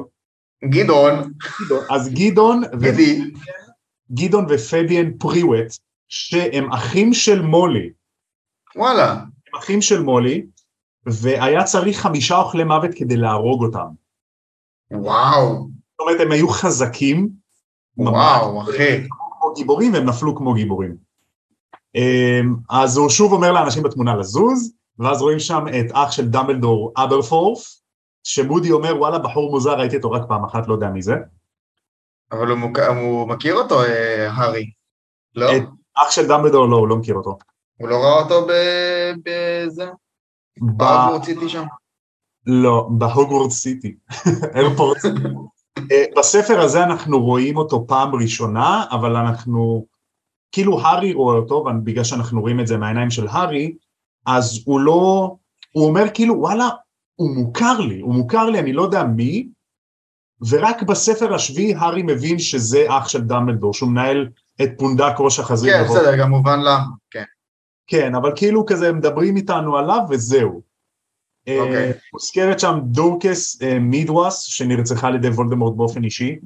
אז גידון ופביאן פריווט, שהם אחים של מולי. וואלה. הם אחים של מולי, והיה צריך 5 אוכלי מוות כדי להרוג אותם. וואו. זאת אומרת, הם היו חזקים. וואו, אחי. כמו גיבורים, והם נפלו כמו גיבורים. אז הוא שוב אומר לאנשים בתמונה לזוז, ואז רואים שם את אח של דמבלדור, אברפורף, שמודי אומר, וואלה, בחור מוזר, ראיתי אותו רק פעם אחת, לא יודע מי זה. אבל הוא מכיר אותו, הארי, לא? אח של דמבלדור, לא, הוא לא מכיר אותו. הוא לא ראה אותו בזה? בהוגוורט סיטי שם? לא, בהוגוורט סיטי. איירפורט סיטי. בספר הזה אנחנו רואים אותו פעם ראשונה, אבל אנחנו, כאילו הארי רואה אותו, ובגלל שאנחנו רואים את זה מהעיניים של הארי, אז הוא לא, הוא אומר כאילו, וואלה, הוא מוכר לי, אני לא יודע מי, ורק בספר השביעי הארי מבין שזה אח של דמבלדור, שהוא מנהל את פונדק ראש החזיר. כן, בסדר, גם מובן למה, כן. כן, אבל כאילו כזה מדברים איתנו עליו וזהו. מוזכרת שם דורקס מידווס, שנרצחה על ידי וולדמורט באופן אישי.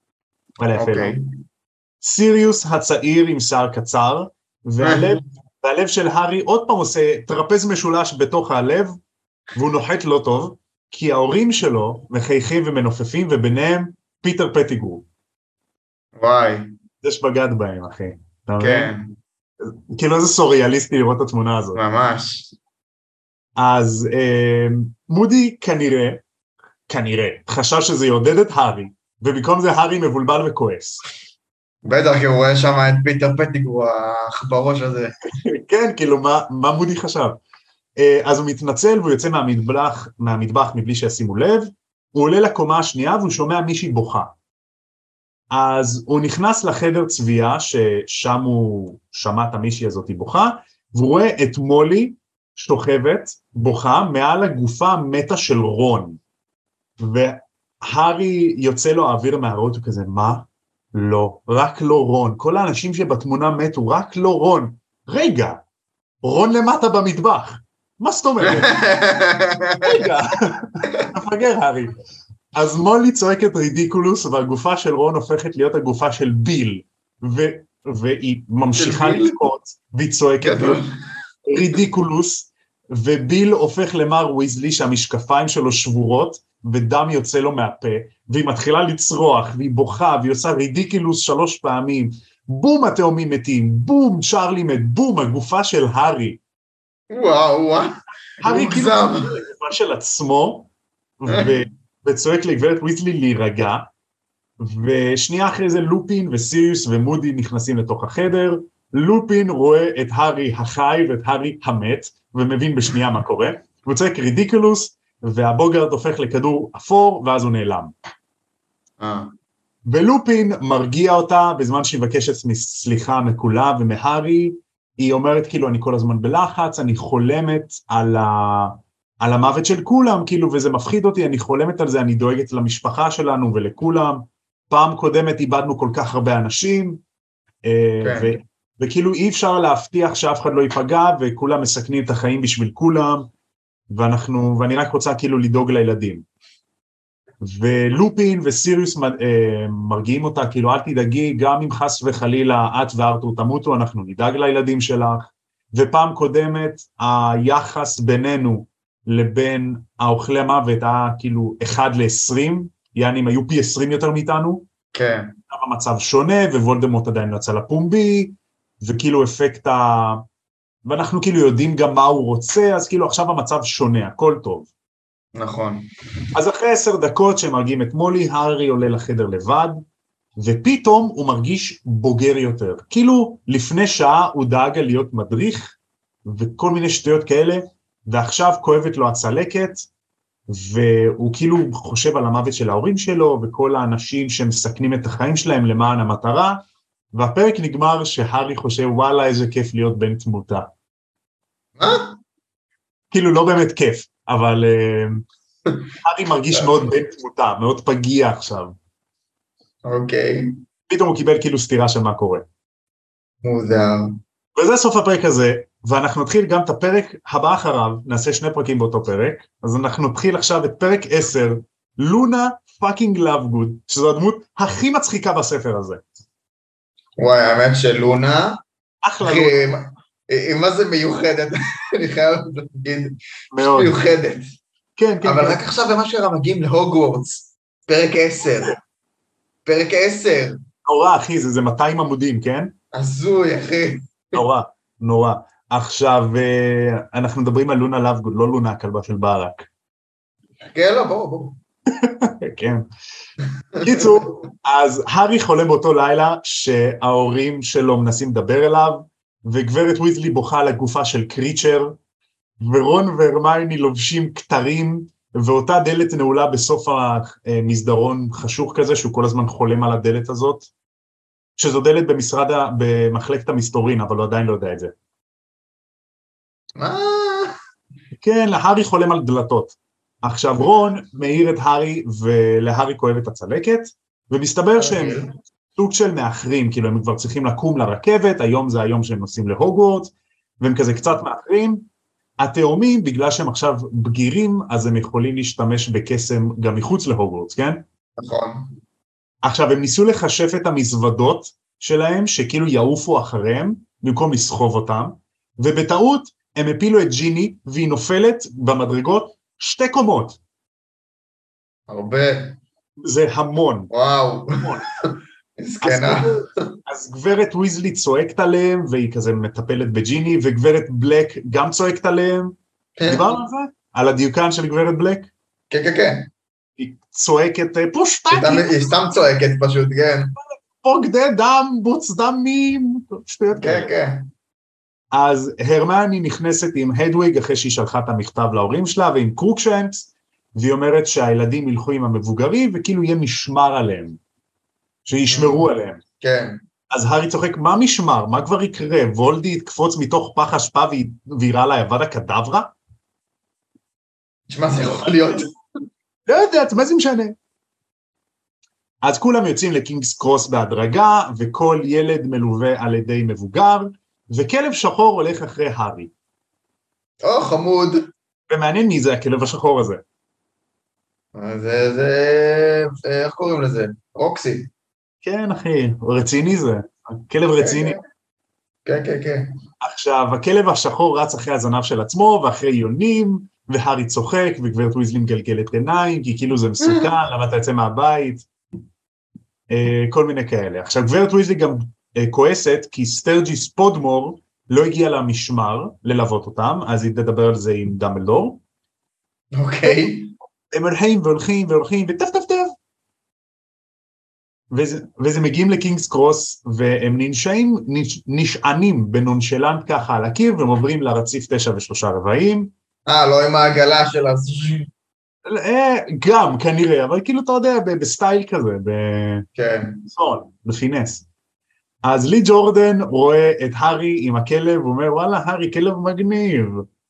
סיריוס הצעיר עם שיער קצר, והלב של הארי עוד פעם עושה טרפז משולש בתוך הלב, והוא נוחת לא טוב, כי ההורים שלו מחייכים ומנופפים, וביניהם פיטר פטיגרו. וואי. זה שבגד בהם, אחי. כן. כאילו זה סוריאליסטי לראות את התמונה הזאת. ממש. אז מודי כנראה, חשב שזה יעודד את הארי, ובמקום זה הארי מבולבל וכועס. בטח, כי הוא רואה שם את פיטר פטיגרו, בראש הזה. כן, כאילו, מה מודי חשב? אז הוא מתנצל, והוא יוצא מהמטבח מבלי שישימו לב, הוא עולה לקומה השנייה, והוא שומע מישהי בוכה. אז הוא נכנס לחדר צביעה, ששם הוא שמע את המישהי הזאת בוכה, והוא רואה את מולי שוכבת, בוכה, מעל הגופה המתה של רון. והארי יוצא לו האוויר מהראש, הוא כזה, מה? לא, רק לא רון. כל האנשים שבתמונה מתו, רק לא רון. רגע, רון למטה במטבח. מה זאת אומרת? רגע, מפגר הארי. אז מולי צועקת רידיקולוס, והגופה של רון הופכת להיות הגופה של ביל, והיא ממשיכה לבכות, והיא צועקת רידיקולוס, וביל הופך למר ויזלי, שהמשקפיים שלו שבורות, ודם יוצא לו מהפה, והיא מתחילה לצרוח, והיא בוכה, והיא עושה רידיקולוס 3 פעמים, בום התאומים מתים, בום צ'רלי מת, בום הגופה של הארי. וואו, הארי כאילו הגופה של עצמו, וצועק לגברת ויזלי להירגע, ושנייה אחרי זה לופין וסיריוס ומודי נכנסים לתוך החדר, לופין רואה את הארי החי ואת הארי המת, ומבין בשנייה מה קורה, הוא צועק רידיקולוס, והבוגרד הופך לכדור אפור, ואז הוא נעלם. ולופין מרגיע אותה, בזמן שהיא מבקשת סליחה מכולה ומהארי, היא אומרת כאילו אני כל הזמן בלחץ, אני חולמת על המוות של כולם, כאילו, וזה מפחיד אותי, אני חולמת על זה, אני דואגת למשפחה שלנו ולכולם, פעם קודמת איבדנו כל כך הרבה אנשים, וכאילו אי אפשר להבטיח שאף אחד לא ייפגע, וכולם מסכנים את החיים בשביל כולם, ואני רק רוצה כאילו לדאוג לילדים. ולופין וסיריוס מרגיעים אותה, כאילו אל תדאגי, גם אם חס וחלילה את וארתור תמותו, אנחנו נדאג לילדים שלך, ופעם קודמת היחס בינינו, לבין האוכלי המוות היה כאילו 1:20, יעני הם היו פי 20 יותר מאיתנו, כן. המצב שונה, ווולדמורט עדיין לא יצא לפומבי, וכאילו אפקט ואנחנו כאילו יודעים גם מה הוא רוצה, אז כאילו עכשיו המצב שונה, הכל טוב. נכון. אז אחרי 10 דקות שהם מרגיעים את מולי, הארי עולה לחדר לבד, ופתאום הוא מרגיש בוגר יותר. כאילו לפני שעה הוא דאג להיות מדריך, וכל מיני שטויות כאלה, ועכשיו כואבת לו הצלקת, והוא כאילו חושב על המוות של ההורים שלו, וכל האנשים שמסכנים את החיים שלהם למען המטרה, והפרק נגמר שהארי חושב, וואלה, איזה כיף להיות בן תמותה. מה? כאילו לא באמת כיף, אבל הארי מרגיש מאוד בן תמותה, מאוד פגיע עכשיו. אוקיי. פתאום הוא קיבל כאילו סתירה של מה קורה. מוזר. וזה סוף הפרק הזה, ואנחנו נתחיל גם את הפרק הבא אחריו, נעשה 2 פרקים באותו פרק, אז אנחנו נתחיל עכשיו את פרק 10, לונה פאקינג לאבגוד, שזו הדמות הכי מצחיקה בספר הזה. וואי, האמת שלונה, אחלה לונה. מה זה מיוחדת? אני חייב להגיד, מאוד. מיוחדת. כן, כן. אבל כן. רק עכשיו במה שרם מגיעים להוגוורטס, פרק 10. פרק 10. נורא, אחי, זה 200 עמודים, כן? הזוי, אחי. נורא, נורא. עכשיו, אנחנו מדברים על לונה לאבגוד, לא לונה הכלבה של ברק. כן, לא, בואו. כן. קיצור, אז הארי חולם באותו לילה שההורים שלו מנסים לדבר אליו, וגברת ויזלי בוכה על הגופה של קריצ'ר, ורון והרמייני לובשים כתרים, ואותה דלת נעולה בסוף המסדרון חשוך כזה, שהוא כל הזמן חולם על הדלת הזאת, שזו דלת במחלקת המסתורין, אבל הוא עדיין לא יודע את זה. מה? כן, להארי חולם על דלתות. עכשיו רון מאיר את הארי, ולהארי כואב את הצלקת, ומסתבר שהם סוג של מאחרים, כאילו הם כבר צריכים לקום לרכבת, היום זה היום שהם נוסעים להוגוורטס, והם כזה קצת מאחרים. התאומים, בגלל שהם עכשיו בגירים, אז הם יכולים להשתמש בקסם גם מחוץ להוגוורטס, כן? נכון. עכשיו, הם ניסו לחשף את המזוודות שלהם, שכאילו יעופו אחריהם, במקום לסחוב אותם, ובטעות הם הפילו את ג'יני, והיא נופלת במדרגות 2 קומות. הרבה. זה המון. וואו. מסכנה. אז גברת ויזלי צועקת עליהם, והיא כזה מטפלת בג'יני, וגברת בלק גם צועקת עליהם. דיברנו על זה? על הדיוקן של גברת בלק? כן. היא צועקת, פושטקי. היא סתם צועקת פשוט, כן. פוקדי דם, בוץ דמים. כן. אז הרמני נכנסת עם הדוויג, אחרי שהיא שלחה את המכתב להורים שלה, ועם קרוקשנקס, והיא אומרת שהילדים ילכו עם המבוגרים, וכאילו יהיה משמר עליהם. שישמרו עליהם. כן. אז הארי צוחק, מה משמר? מה כבר יקרה? וולדי יתקפוץ מתוך פח אשפה ויראה לה יבד הקדברה? תשמע, זה יכול להיות. לא יודעת, מה זה משנה? אז כולם יוצאים לקינגס קרוס בהדרגה, וכל ילד מלווה על ידי מבוגר, וכלב שחור הולך אחרי הארי. חמוד. ומעניין מי זה הכלב השחור הזה. איך קוראים לזה? רוקסי. כן, אחי, רציני זה. כלב רציני. כן. עכשיו, הכלב השחור רץ אחרי הזנב של עצמו, ואחרי יונים, והארי צוחק, וגברת ויזלי מגלגלת עיניים, כי כאילו זה מסוכן, למה אתה יוצא מהבית, כל מיני כאלה. עכשיו, גברת ויזלי גם כועסת, כי סטרג'יס פודמור לא הגיע למשמר ללוות אותם, אז היא תדבר על זה עם דמבלדור. אוקיי. הם הולכים, וטף. וזה מגיעים לקינגס קרוס, והם נשענים בנונשלנט ככה על הקיר, והם עוברים לרציף 9 ו3/4. לא עם העגלה של גם, כנראה, אבל כאילו אתה יודע, בסטייל כזה, בפינס. אז לי ג'ורדן רואה את הארי עם הכלב, הוא אומר, וואלה, הארי, כלב מגניב.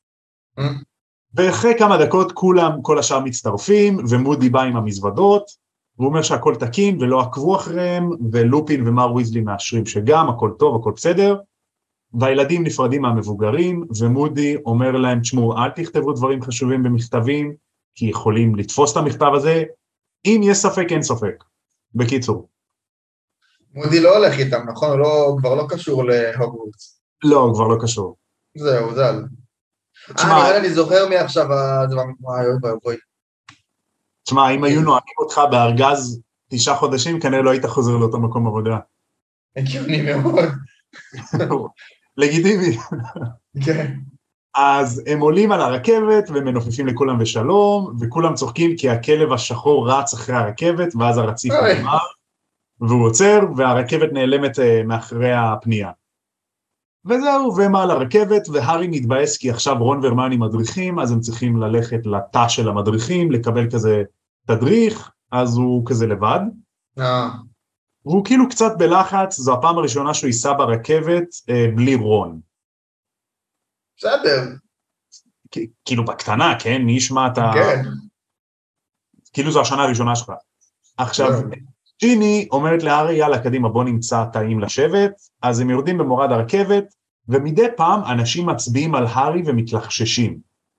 ואחרי כמה דקות כל השאר מצטרפים, ומודי בא עם המזוודות, והוא אומר שהכל תקין ולא עקבו אחריהם, ולופין ומר ויזלי מאשרים שגם, הכל טוב, הכל בסדר, והילדים נפרדים מהמבוגרים, ומודי אומר להם, תשמעו, אל תכתבו דברים חשובים במכתבים, כי יכולים לתפוס את המכתב הזה, אם יש ספק, אין ספק. בקיצור. מודי לא הולך איתם, נכון? הוא כבר לא קשור להוגוורטס. לא, הוא כבר לא קשור. זהו, זל. נראה לי אני זוכר מי עכשיו, בואי. תשמע, אם היו נוענים אותך בארגז 9 חודשים, כנראה לא היית חוזר לאותו מקום עבודה. הגיוני מאוד. לגיטימי. כן. אז הם עולים על הרכבת ומנופפים לכולם ושלום, וכולם צוחקים כי הכלב השחור רץ אחרי הרכבת, ואז הרציף נגמר, והוא עוצר, והרכבת נעלמת מאחרי הפנייה. וזהו, והם על הרכבת, והרי מתבאס כי עכשיו רון והרמיוני מדריכים, אז הם צריכים ללכת לתא של המדריכים, לקבל כזה תדריך, אז הוא כזה לבד. והוא כאילו קצת בלחץ, זו הפעם הראשונה שהוא ייסע ברכבת בלי רון. בסדר. כאילו בקטנה, כן? מי ישמע את ה... כן. כאילו זו השנה הראשונה שלך. עכשיו, ג'יני אומרת להארי, יאללה, קדימה, בוא נמצא תאים לשבת, אז הם יורדים במורד הרכבת, ומדי פעם אנשים מצביעים על הארי ומתלחששים.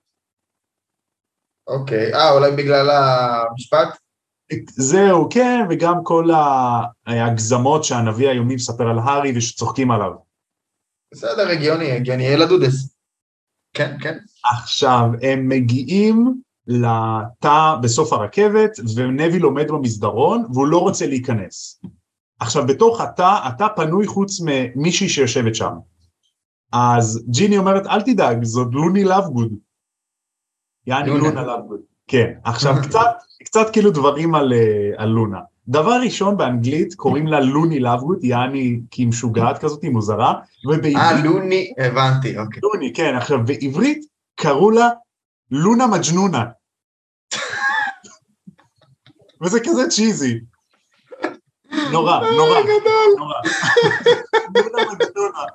אוקיי, אולי בגלל המשפט? זהו, כן, וגם כל ההגזמות שהנביא היומי מספר על הארי ושצוחקים עליו. בסדר, הגיוני, ילד דודס. כן, כן. עכשיו, הם מגיעים לתא בסוף הרכבת, ונביל עומד במסדרון, והוא לא רוצה להיכנס. עכשיו, בתוך התא פנוי חוץ ממישהי שיושבת שם. אז ג'יני אומרת, אל תדאג, זאת לוני לאבגוד. יעני לונה לאבגוד. כן, עכשיו קצת כאילו דברים על לונה. דבר ראשון באנגלית קוראים לה לוני לאבגוד, יעני כי היא משוגעת כזאת, היא מוזרה. לוני, הבנתי, אוקיי. לוני, כן, עכשיו בעברית קראו לה לונה מג'נונה. וזה כזה צ'יזי. נורא. לונה מג'נונה.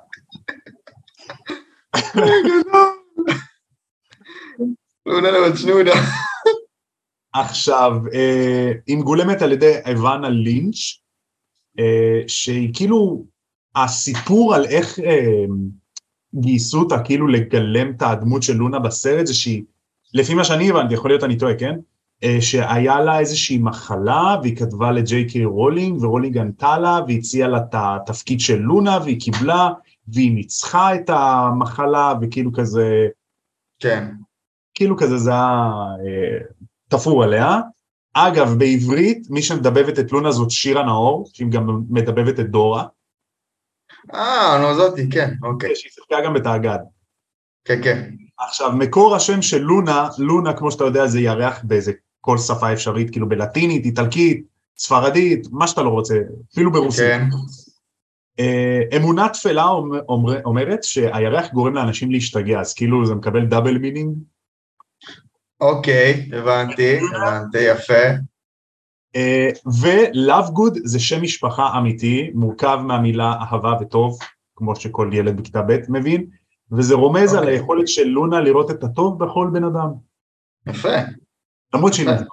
לונה מג'נונה. עכשיו, היא מגולמת על ידי איוונה לינץ', שהיא כאילו, הסיפור על איך גייסו אותה כאילו לגלם את הדמות של לונה בסרט, זה שהיא, לפי מה שאני הבנתי, יכול להיות אני טועה, כן? שהיה לה איזושהי מחלה, והיא כתבה לג'יי קיי רולינג, ורולינג ענתה לה, והציעה לה את התפקיד של לונה, והיא קיבלה, והיא ניצחה את המחלה, וכאילו כזה... כן. כאילו כזה זה היה תפור עליה. אגב, בעברית, מי שמדבבת את לונה זאת שירה נאור, שהיא גם מדבבת את דורה. נו זאתי, כן, אוקיי. שהיא שיחקה גם בתאגד. כן, כן. עכשיו, מקור השם של לונה, כמו שאתה יודע, זה ירח באיזה כל שפה אפשרית, כאילו בלטינית, איטלקית, ספרדית, מה שאתה לא רוצה, אפילו ברוסית. כן. אמונה תפלה אומרת שהירח גורם לאנשים להשתגע, אז כאילו זה מקבל דאבל מינינג. אוקיי, הבנתי, יפה. ולאב גוד זה שם משפחה אמיתי, מורכב מהמילה אהבה וטוב, כמו שכל ילד בכיתה ב' מבין, וזה רומז על היכולת של לונה לראות את הטוב בכל בן אדם. יפה. למרות שהיא נדמה.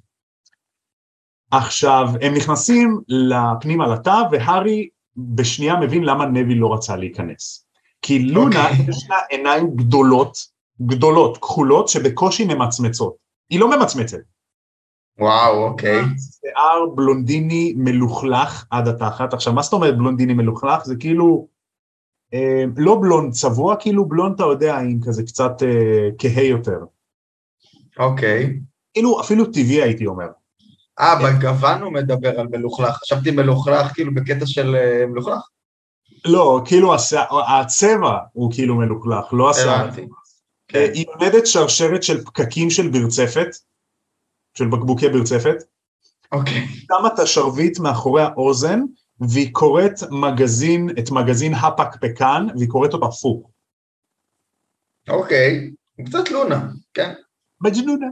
עכשיו, הם נכנסים לפנים לתא, והארי בשנייה מבין למה נביל לא רצה להיכנס. כי לונה יש לה עיניים גדולות, כחולות, שבקושי ממצמצות. היא לא ממצמצת. וואו, אוקיי. שיער בלונדיני מלוכלך עד התחת. עכשיו, מה זאת אומרת בלונדיני מלוכלך? זה כאילו, לא בלונד צבוע, כאילו בלונד, אתה יודע, עם כזה קצת כהה יותר. אוקיי. כאילו, אפילו טבעי הייתי אומר. בגוון הוא מדבר על מלוכלך. חשבתי מלוכלך, כאילו בקטע של מלוכלך. לא, כאילו הצבע הוא כאילו מלוכלך, לא השיער. היא עומדת שרשרת של פקקים של ברצפת, של בקבוקי ברצפת. אוקיי. שמה את השרביט מאחורי האוזן, והיא קוראת את מגזין הפקפקן, והיא קוראת אותו הפוך. אוקיי, קצת לונה, כן. מג'נונה.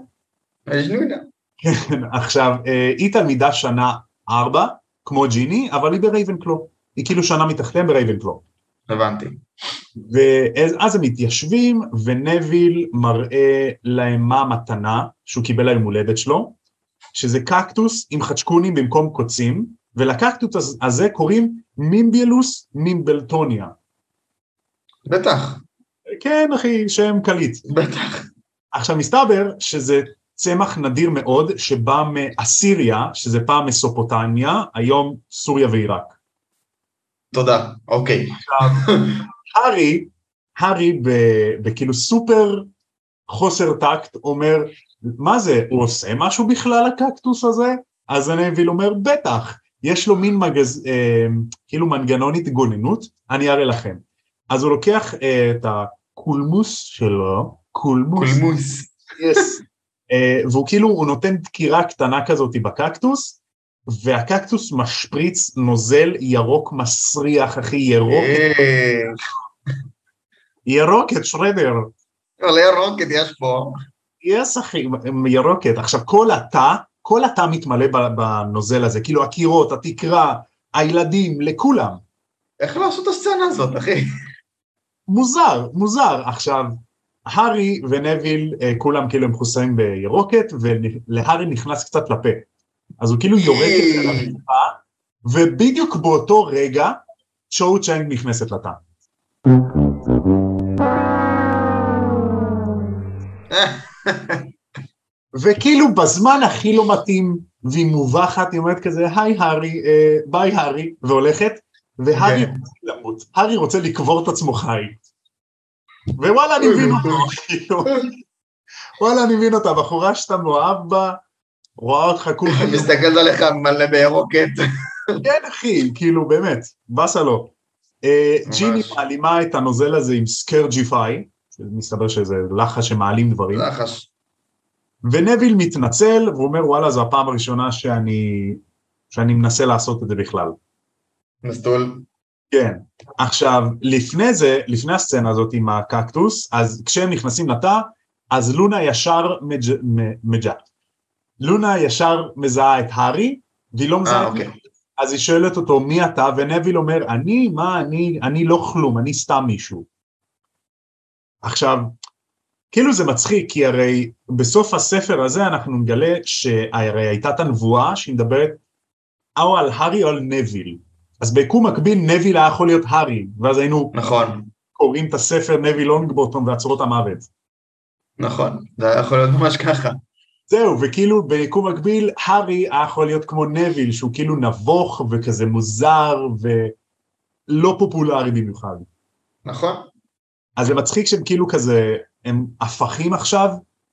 עכשיו, היא תלמידה שנה 4, כמו ג'יני, אבל היא ברייבנקלו. היא כאילו שנה מתחתיהם ברייבנקלו. הבנתי. ואז הם מתיישבים, ונביל מראה להם מה המתנה, שהוא קיבל היום הולדת שלו, שזה קקטוס עם חצ'קונים במקום קוצים, ולקקטוס הזה קוראים מימבילוס מימבלטוניה. בטח. כן, אחי, שם קליט. בטח. עכשיו, מסתבר שזה צמח נדיר מאוד, שבא מאסיריה, שזה פעם מסופוטמיה, היום סוריה ועיראק. תודה, אוקיי. עכשיו, הארי בכאילו סופר חוסר טקט אומר, מה זה, הוא עושה משהו בכלל הקקטוס הזה? אז הנביל אומר, בטח, יש לו מין כאילו מנגנון התגוננות, אני אראה לכם. אז הוא לוקח את הקולמוס שלו, קולמוס. yes. והוא כאילו, הוא נותן דקירה קטנה כזאת בקקטוס, והקקטוס משפריץ נוזל ירוק מסריח, אחי, ירוקת, שרדר. לא ירוקת, יש פה. יש, אחי, ירוקת. עכשיו, כל התא מתמלא בנוזל הזה, כאילו הקירות, התקרה, הילדים, לכולם. איך לא עשו את הסצנה הזאת, אחי? מוזר. עכשיו, הארי ונביל, כולם כאילו הם חוסרים בירוקת, ולהארי נכנס קצת לפה. אז הוא כאילו יורק את זה על הרצפה, ובדיוק באותו רגע, צ'ו צ'אנג נכנסת לתא. וכאילו בזמן הכי לא מתאים, והיא מובחת, היא אומרת כזה, היי הארי, ביי הארי, והולכת, והארי רוצה למות, הארי רוצה לקבור את עצמו חי. ווואלה אני מבין אותו, וואלה אני מבין אותה, בחורה שאתה מאוהב בה, רואה אותך כולך. מסתכלת עליך מלא בירוקת. כן אחי, כאילו באמת, בסה לו. ג'יני מעלימה את הנוזל הזה עם סקרג'יפיי, מסתבר שזה לחש שמעלים דברים. לחש. ונביל מתנצל, והוא אומר, וואלה, זו הפעם הראשונה שאני מנסה לעשות את זה בכלל. מסתול. כן. עכשיו, לפני הסצנה הזאת עם הקקטוס, אז כשהם נכנסים לתא, אז לונה ישר מזהה את הארי, והיא לא מזהה את מי. אז היא שואלת אותו, מי אתה? ונביל אומר, אני לא כלום, אני סתם מישהו. עכשיו, כאילו זה מצחיק, כי הרי בסוף הספר הזה אנחנו נגלה שהרי הייתה את הנבואה שהיא מדברת או על הארי או על נביל. אז ביקום מקביל נביל היה יכול להיות הארי, ואז היינו קוראים את הספר נביל לונגבוטום והצורות המוות. נכון, זה היה יכול להיות ממש ככה. זהו, וכאילו ביקום מקביל הארי היה יכול להיות כמו נביל, שהוא כאילו נבוך וכזה מוזר ולא פופולרי במיוחד. נכון. אז זה מצחיק שהם כאילו כזה, הם הפכים עכשיו?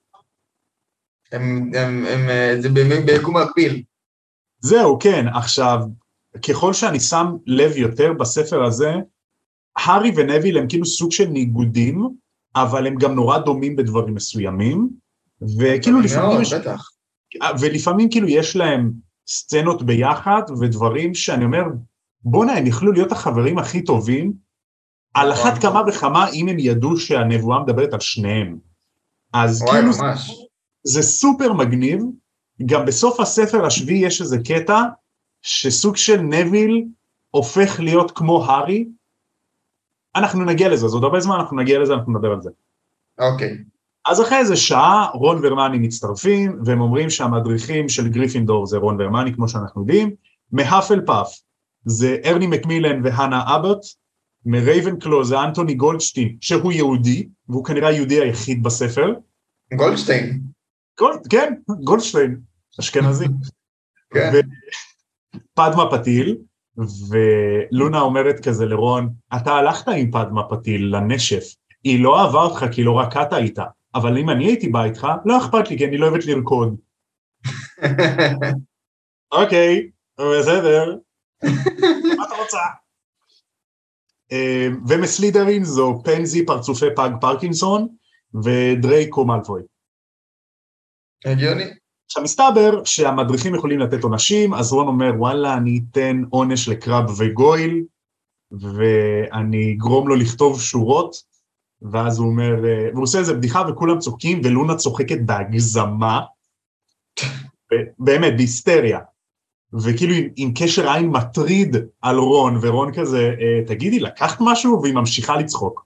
זה ביקום מקביל. זהו, כן, עכשיו, ככל שאני שם לב יותר בספר הזה, הארי ונביל הם כאילו סוג של ניגודים, אבל הם גם נורא דומים בדברים מסוימים, וכאילו לפעמים ולפעמים כאילו יש להם סצנות ביחד, ודברים שאני אומר, בונה, הם יכלו להיות החברים הכי טובים, על אחת כמה וכמה אם הם ידעו שהנבואה מדברת על שניהם. אז כאילו זה סופר מגניב, גם בסוף הספר השביעי יש איזה קטע, שסוג של נביל הופך להיות כמו הארי, אנחנו נגיע לזה, אז עוד הרבה זמן אנחנו נגיע לזה, אנחנו נדבר על זה. אוקיי. אז אחרי איזה שעה, רון והרמני מצטרפים, והם אומרים שהמדריכים של גריפינדור זה רון והרמני, כמו שאנחנו יודעים, מהאפל פאף, זה ארני מקמילן והנה אבוט, מרייבנקלו זה אנטוני גולדשטיין, שהוא יהודי, והוא כנראה היהודי היחיד בספר. גולדשטיין. כן, גולדשטיין, אשכנזי. כן. ופדמה פתיל, ולונה אומרת כזה לרון, אתה הלכת עם פדמה פתיל לנשף, היא לא אהבה אותך כי לא רק אתה איתה, אבל אם אני הייתי בא איתך, לא אכפת לי כי אני לא אוהבת לרקוד. אוקיי, בסדר. מה אתה רוצה? ומסלידרין זו פנזי פרצופי פג פרקינסון, ודרייקו מאלפוי. הגיוני. עכשיו מסתבר שהמדריכים יכולים לתת עונשים, אז רון אומר, וואלה, אני אתן עונש לקרב וגויל, ואני אגרום לו לכתוב שורות, ואז הוא אומר, והוא עושה איזה בדיחה וכולם צוחקים, ולונה צוחקת בהגזמה, באמת, בהיסטריה, וכאילו עם קשר עין מטריד על רון, ורון כזה, תגידי, לקחת משהו? והיא ממשיכה לצחוק.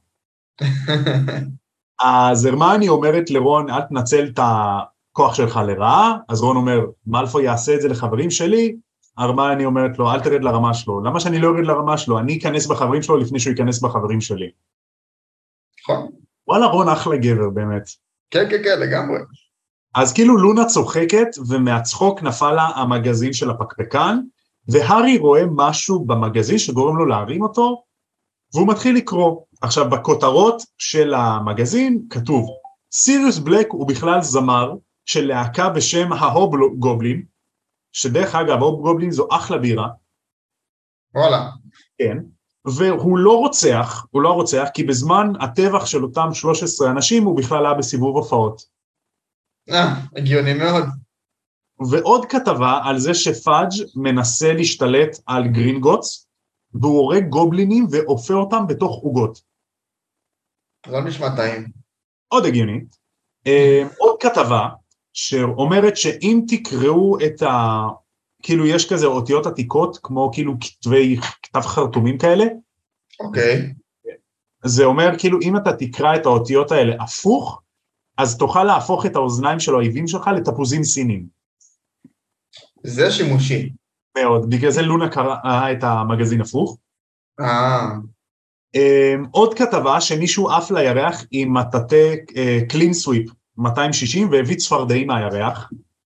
אז הרמני אומרת לרון, אל תנצל את הכוח שלך לרעה, אז רון אומר, מאלפוי יעשה את זה לחברים שלי, הרמני אומרת לו, אל תרד לרמה שלו, למה שאני לא ארד לרמה שלו? אני אכנס בחברים שלו לפני שהוא ייכנס בחברים שלי. נכון. וואלה, רון אחלה גבר, באמת. כן, כן, כן, לגמרי. אז כאילו לונה צוחקת, ומהצחוק נפל לה המגזין של הפקפקן, והארי רואה משהו במגזין שגורם לו להרים אותו, והוא מתחיל לקרוא. עכשיו, בכותרות של המגזין כתוב, סיריוס בלק הוא בכלל זמר של להקה בשם ההובגובלין, שדרך אגב, ההובגובלין זו אחלה בירה. וואלה. כן. והוא לא רוצח, הוא לא רוצח, כי בזמן הטבח של אותם 13 אנשים, הוא בכלל היה בסיבוב הופעות. הגיוני מאוד. ועוד כתבה על זה שפאג' מנסה להשתלט על גרינגוטס, והוא הורג גובלינים ואופה אותם בתוך עוגות. לא נשמע טעים. עוד הגיוני. עוד כתבה שאומרת שאם תקראו את כאילו יש כזה אותיות עתיקות, כמו כאילו כתב חרטומים כאלה. אוקיי. זה אומר כאילו אם אתה תקרא את האותיות האלה הפוך, אז תוכל להפוך את האוזניים של האויבים שלך לתפוזים סינים. זה שימושי. מאוד, בגלל זה לונה קראה את המגזין הפוך. עוד כתבה שמישהו עף לירח עם מטאטא קלין סוויפ 260 והביא צפרדעים מהירח.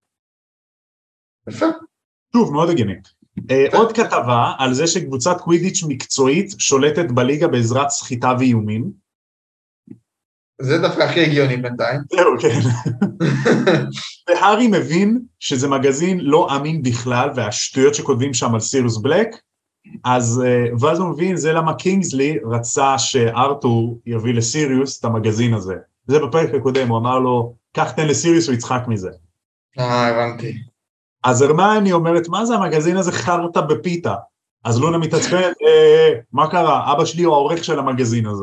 יפה. שוב, מאוד הגיוני. עוד כתבה על זה שקבוצת קווידיץ' מקצועית שולטת בליגה בעזרת סחיטה ואיומים. זה דווקא הכי הגיוני בינתיים. זהו, כן. והארי מבין שזה מגזין לא אמין בכלל, והשטויות שכותבים שם על סיריוס בלק, ואז הוא מבין, זה למה קינגסלי רצה שארתור יביא לסיריוס את המגזין הזה. זה בפרק הקודם, הוא אמר לו, קח תן לסיריוס, הוא יצחק מזה. הבנתי. אז הרמיוני אומרת, מה זה המגזין הזה חרטה בפיתה? אז לונה מתעצבנת, מה קרה? אבא שלי הוא העורך של המגזין הזה.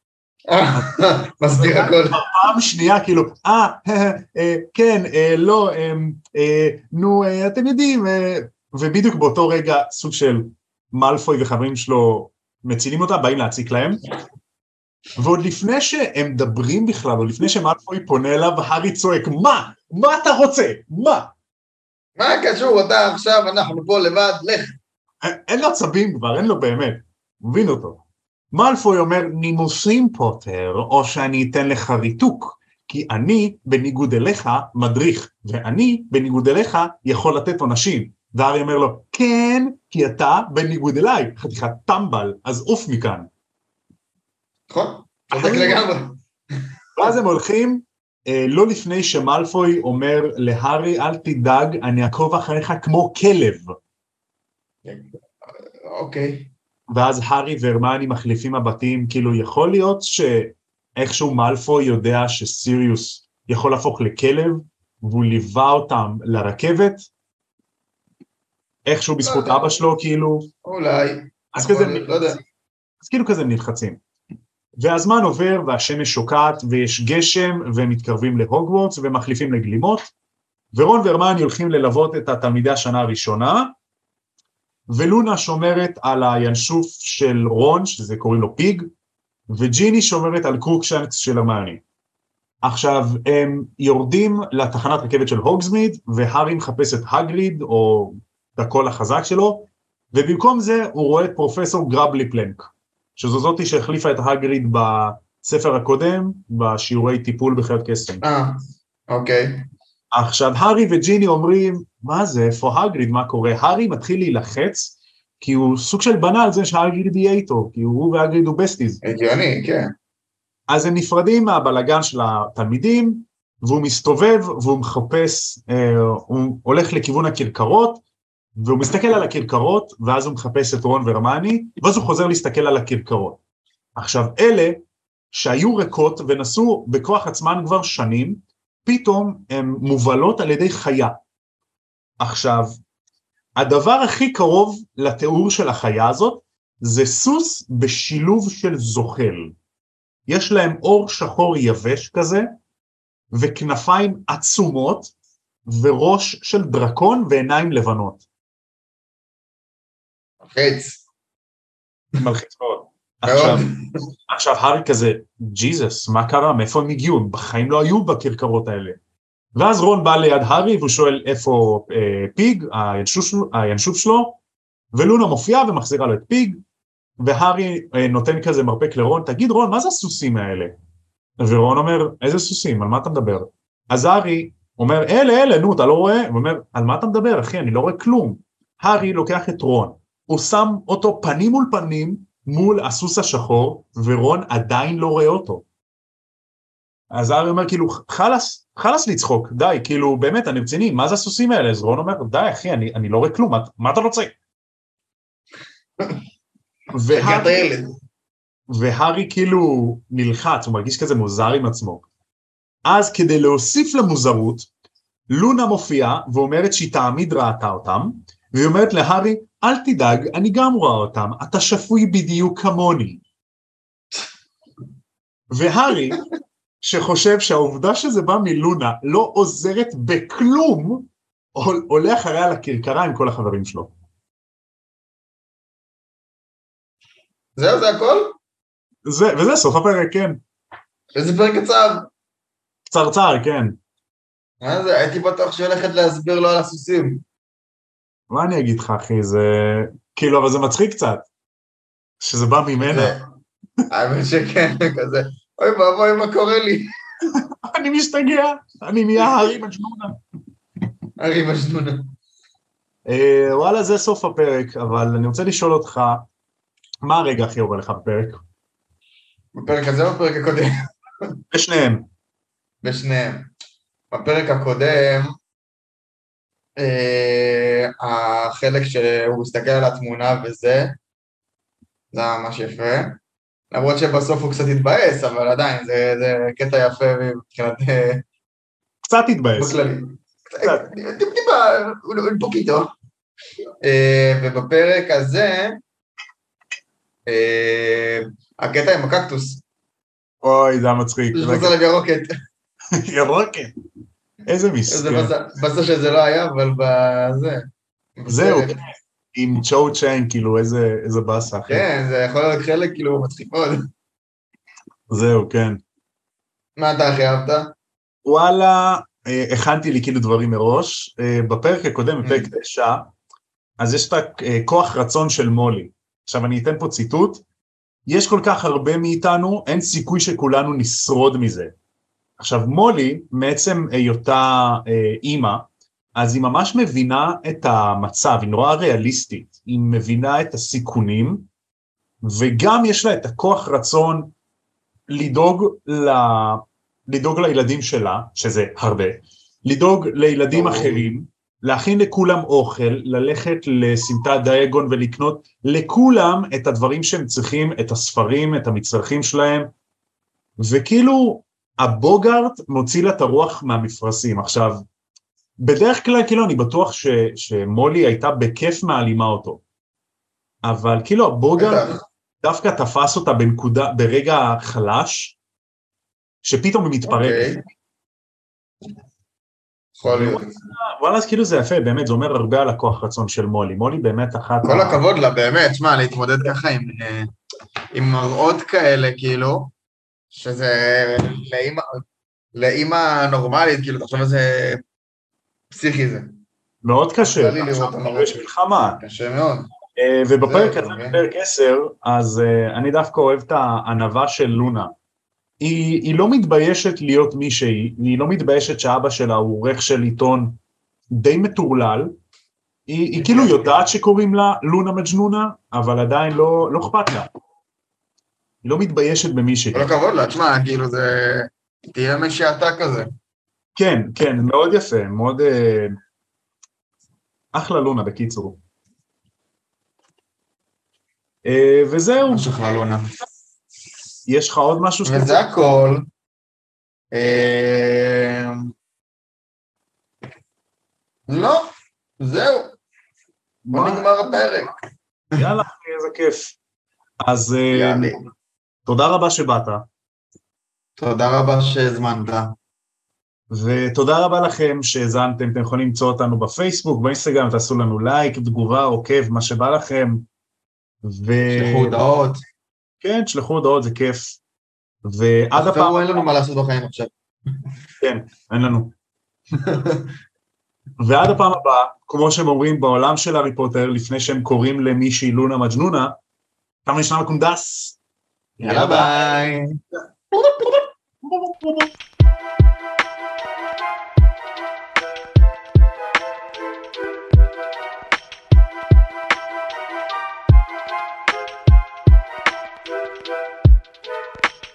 מסביר הכל. פעם שנייה, כאילו, כן, לא, נו, אתם יודעים, ובדיוק באותו רגע סוג של מאלפוי וחברים שלו מצילים אותה, באים להציק להם, ועוד לפני שהם מדברים בכלל, עוד לפני שמאלפוי פונה אליו, הארי צועק, מה אתה רוצה? מה קשור אתה עכשיו, אנחנו פה לבד, לך. אין לו עצבים כבר, אין לו באמת, מבין אותו. מאלפוי אומר, נימוסים פוטר, או שאני אתן לך ריתוק, כי אני, בניגוד אליך, מדריך, ואני, בניגוד אליך, יכול לתת עונשים. והארי אומר לו, כן, כי אתה, בניגוד אליי, חתיכת טמבל, אז אוף מכאן. נכון, צודק לגמרי. ואז הם הולכים, לא לפני שמאלפוי אומר להארי, אל תדאג, אני אעקוב אחריך כמו כלב. אוקיי. ואז הארי והרמיוני מחליפים מבטים, כאילו יכול להיות שאיכשהו מאלפוי יודע שסיריוס יכול להפוך לכלב, והוא ליווה אותם לרכבת, איכשהו בזכות אבא שלו, כאילו. אולי. אז כאילו כזה נלחצים. והזמן עובר והשמש שוקעת ויש גשם ומתקרבים להוגוורטס ומחליפים לגלימות, ורון והרמיוני הולכים ללוות את התלמידי השנה הראשונה, ולונה שומרת על הינשוף של רון, שזה קוראים לו פיג, וג'יני שומרת על קרוקשנקס של הרמיוני. עכשיו, הם יורדים לתחנת רכבת של הוגסמיד, והארי מחפש את הגריד, או את הקול החזק שלו, ובמקום זה הוא רואה את פרופסור גרבלי פלנק, שזו זאתי שהחליפה את הגריד בספר הקודם, בשיעורי טיפול בחיות קסם. אוקיי. עכשיו, הארי וג'יני אומרים, מה זה, איפה הגריד, מה קורה? הארי מתחיל להילחץ, כי הוא סוג של בנה על זה שהגריד יהיה איתו, כי הוא והגריד הוא בסטיז. הגיוני, כן. אז הם נפרדים מהבלגן של התלמידים, והוא מסתובב, והוא מחפש, הוא הולך לכיוון הכרכרות, והוא מסתכל על הכרכרות, ואז הוא מחפש את רון והרמיוני, ואז הוא חוזר להסתכל על הכרכרות. עכשיו, אלה שהיו ריקות ונסו בכוח עצמן כבר שנים, פתאום הן מובלות על ידי חיה. עכשיו, הדבר הכי קרוב לתיאור של החיה הזאת, זה סוס בשילוב של זוחל. יש להם אור שחור יבש כזה, וכנפיים עצומות, וראש של דרקון ועיניים לבנות. מלחיץ. מלחיץ מאוד. עכשיו הארי כזה, ג'יזוס, מה קרה? מאיפה הם הגיעו? בחיים לא היו בכרכרות האלה. ואז רון בא ליד הארי, והוא שואל איפה פיג, הינשוף שלו, ולונה מופיעה ומחזירה לו את פיג, והארי נותן כזה מרפק לרון, תגיד רון, מה זה הסוסים האלה? ורון אומר, איזה סוסים? על מה אתה מדבר? אז הארי אומר, אלה, נו, אתה לא רואה? הוא אומר, על מה אתה מדבר, אחי? אני לא רואה כלום. הארי לוקח את רון, הוא שם אותו פנים מול פנים, מול הסוס השחור, ורון עדיין לא רואה אותו. אז הארי אומר, כאילו, חלס לצחוק, די, כאילו, באמת, אני רציני, מה זה הסוסים האלה? אז רון אומר, די, אחי, אני לא רואה כלום, מה אתה רוצה? שגעת הילד. והארי כאילו נלחץ, הוא מרגיש כזה מוזר עם עצמו. אז כדי להוסיף למוזרות, לונה מופיעה ואומרת שהיא תעמיד ראתה אותם, והיא אומרת להארי, אל תדאג, אני גם רואה אותם, אתה שפוי בדיוק כמוני. והארי, שחושב שהעובדה שזה בא מלונה לא עוזרת בכלום, עולה אחריה לכרכרה עם כל החברים שלו. זהו, זה הכל? וזה סוף הפרק, כן. איזה פרק קצר? קצרצר, כן. הייתי בטוח שהולכת להסביר לו על הסוסים. מה אני אגיד לך, אחי, זה... כאילו, אבל זה מצחיק קצת, שזה בא ממנה. האמת שכן, כזה, אוי ואבוי, מה קורה לי? אני משתגע, אני נהיה הארי מג'נונה. הארי מג'נונה. וואלה, זה סוף הפרק, אבל אני רוצה לשאול אותך, מה הרגע הכי אוהב לך בפרק? בפרק הזה או בפרק הקודם? בשניהם. בשניהם. בפרק הקודם, החלק שהוא מסתכל על התמונה וזה, זה ממש יפה. למרות שבסוף הוא קצת התבאס, אבל עדיין, זה קטע יפה מבחינת... קצת התבאס. בכללי. טיפה, un poquito. ובפרק הזה, הקטע עם הקקטוס. אוי, זה מצחיק. יש בזה לב ירוקת. ירוקת. איזה מסכן. בסוף שזה לא היה, אבל בזה. זהו, עם צ'ו צ'יין, כאילו, איזה באסה. כן, זה יכול להיות חלק, כאילו, מצחיק מאוד. זהו, כן. מה אתה הכי אהבת? וואלה, הכנתי לי כאילו דברים מראש. בפרק הקודם, בפרק 9, אז יש את הכוח רצון של מולי. עכשיו אני אתן פה ציטוט, יש כל כך הרבה מאיתנו, אין סיכוי שכולנו נשרוד מזה. עכשיו מולי, מעצם היותה אימא, אז היא ממש מבינה את המצב, היא נורא ריאליסטית, היא מבינה את הסיכונים, וגם יש לה את הכוח רצון לדאוג לילדים שלה, שזה הרבה, לדאוג לילדים אחרים, להכין לכולם אוכל, ללכת לסמטת דייגון ולקנות לכולם את הדברים שהם צריכים, את הספרים, את המצרכים שלהם, וכאילו הבוגארט מוציא לה את הרוח מהמפרשים. עכשיו, בדרך כלל כאילו אני בטוח שמולי הייתה בכיף מעלימה אותו, אבל כאילו הבוגארט דווקא תפס אותה ברגע חלש, שפתאום היא מתפרקת. יכול להיות. וואלה, אז כאילו זה יפה, באמת, זה אומר הרבה על הכוח רצון של מולי. מולי באמת אחת... כל הכבוד לה, באמת, שמע, להתמודד ככה עם מראות כאלה, כאילו, שזה לאמא נורמלית, כאילו, תחשוב איזה פסיכי זה. מאוד קשה. יש מלחמה. קשה מאוד. ובפרק הזה, בפרק 10, אז אני דווקא אוהב את הענווה של לונה. היא לא מתביישת להיות מישהי, היא לא מתביישת שאבא שלה הוא עורך של עיתון די מטורלל, היא כאילו יודעת שקוראים לה לונה מג'נונה, אבל עדיין לא אכפת לה. היא לא מתביישת במישהי. כל הכבוד לה, תשמע, כאילו זה... תהיה משעתה כזה. כן, כן, מאוד יפה, מאוד... אחלה לונה בקיצור. וזהו. אחלה לונה. יש לך עוד משהו שאתה... וזה הכל. לא, זהו. בוא נגמר הפרק. יאללה, איזה כיף. אז תודה רבה שבאת. תודה רבה שהזמנת. ותודה רבה לכם שהזנתם, אתם יכולים למצוא אותנו בפייסבוק, באינסטגרם, תעשו לנו לייק, תגובה, עוקב, מה שבא לכם. שלחו הודעות. כן, שלחו הודעות, זה כיף. ועד הפעם... אין לנו מה לעשות בחיים עכשיו. כן, אין לנו. ועד הפעם הבאה, כמו שהם אומרים בעולם של הארי פוטר, לפני שהם קוראים למישהי לונה מג'נונה, כמה נשמע מקונדס. יאללה ביי.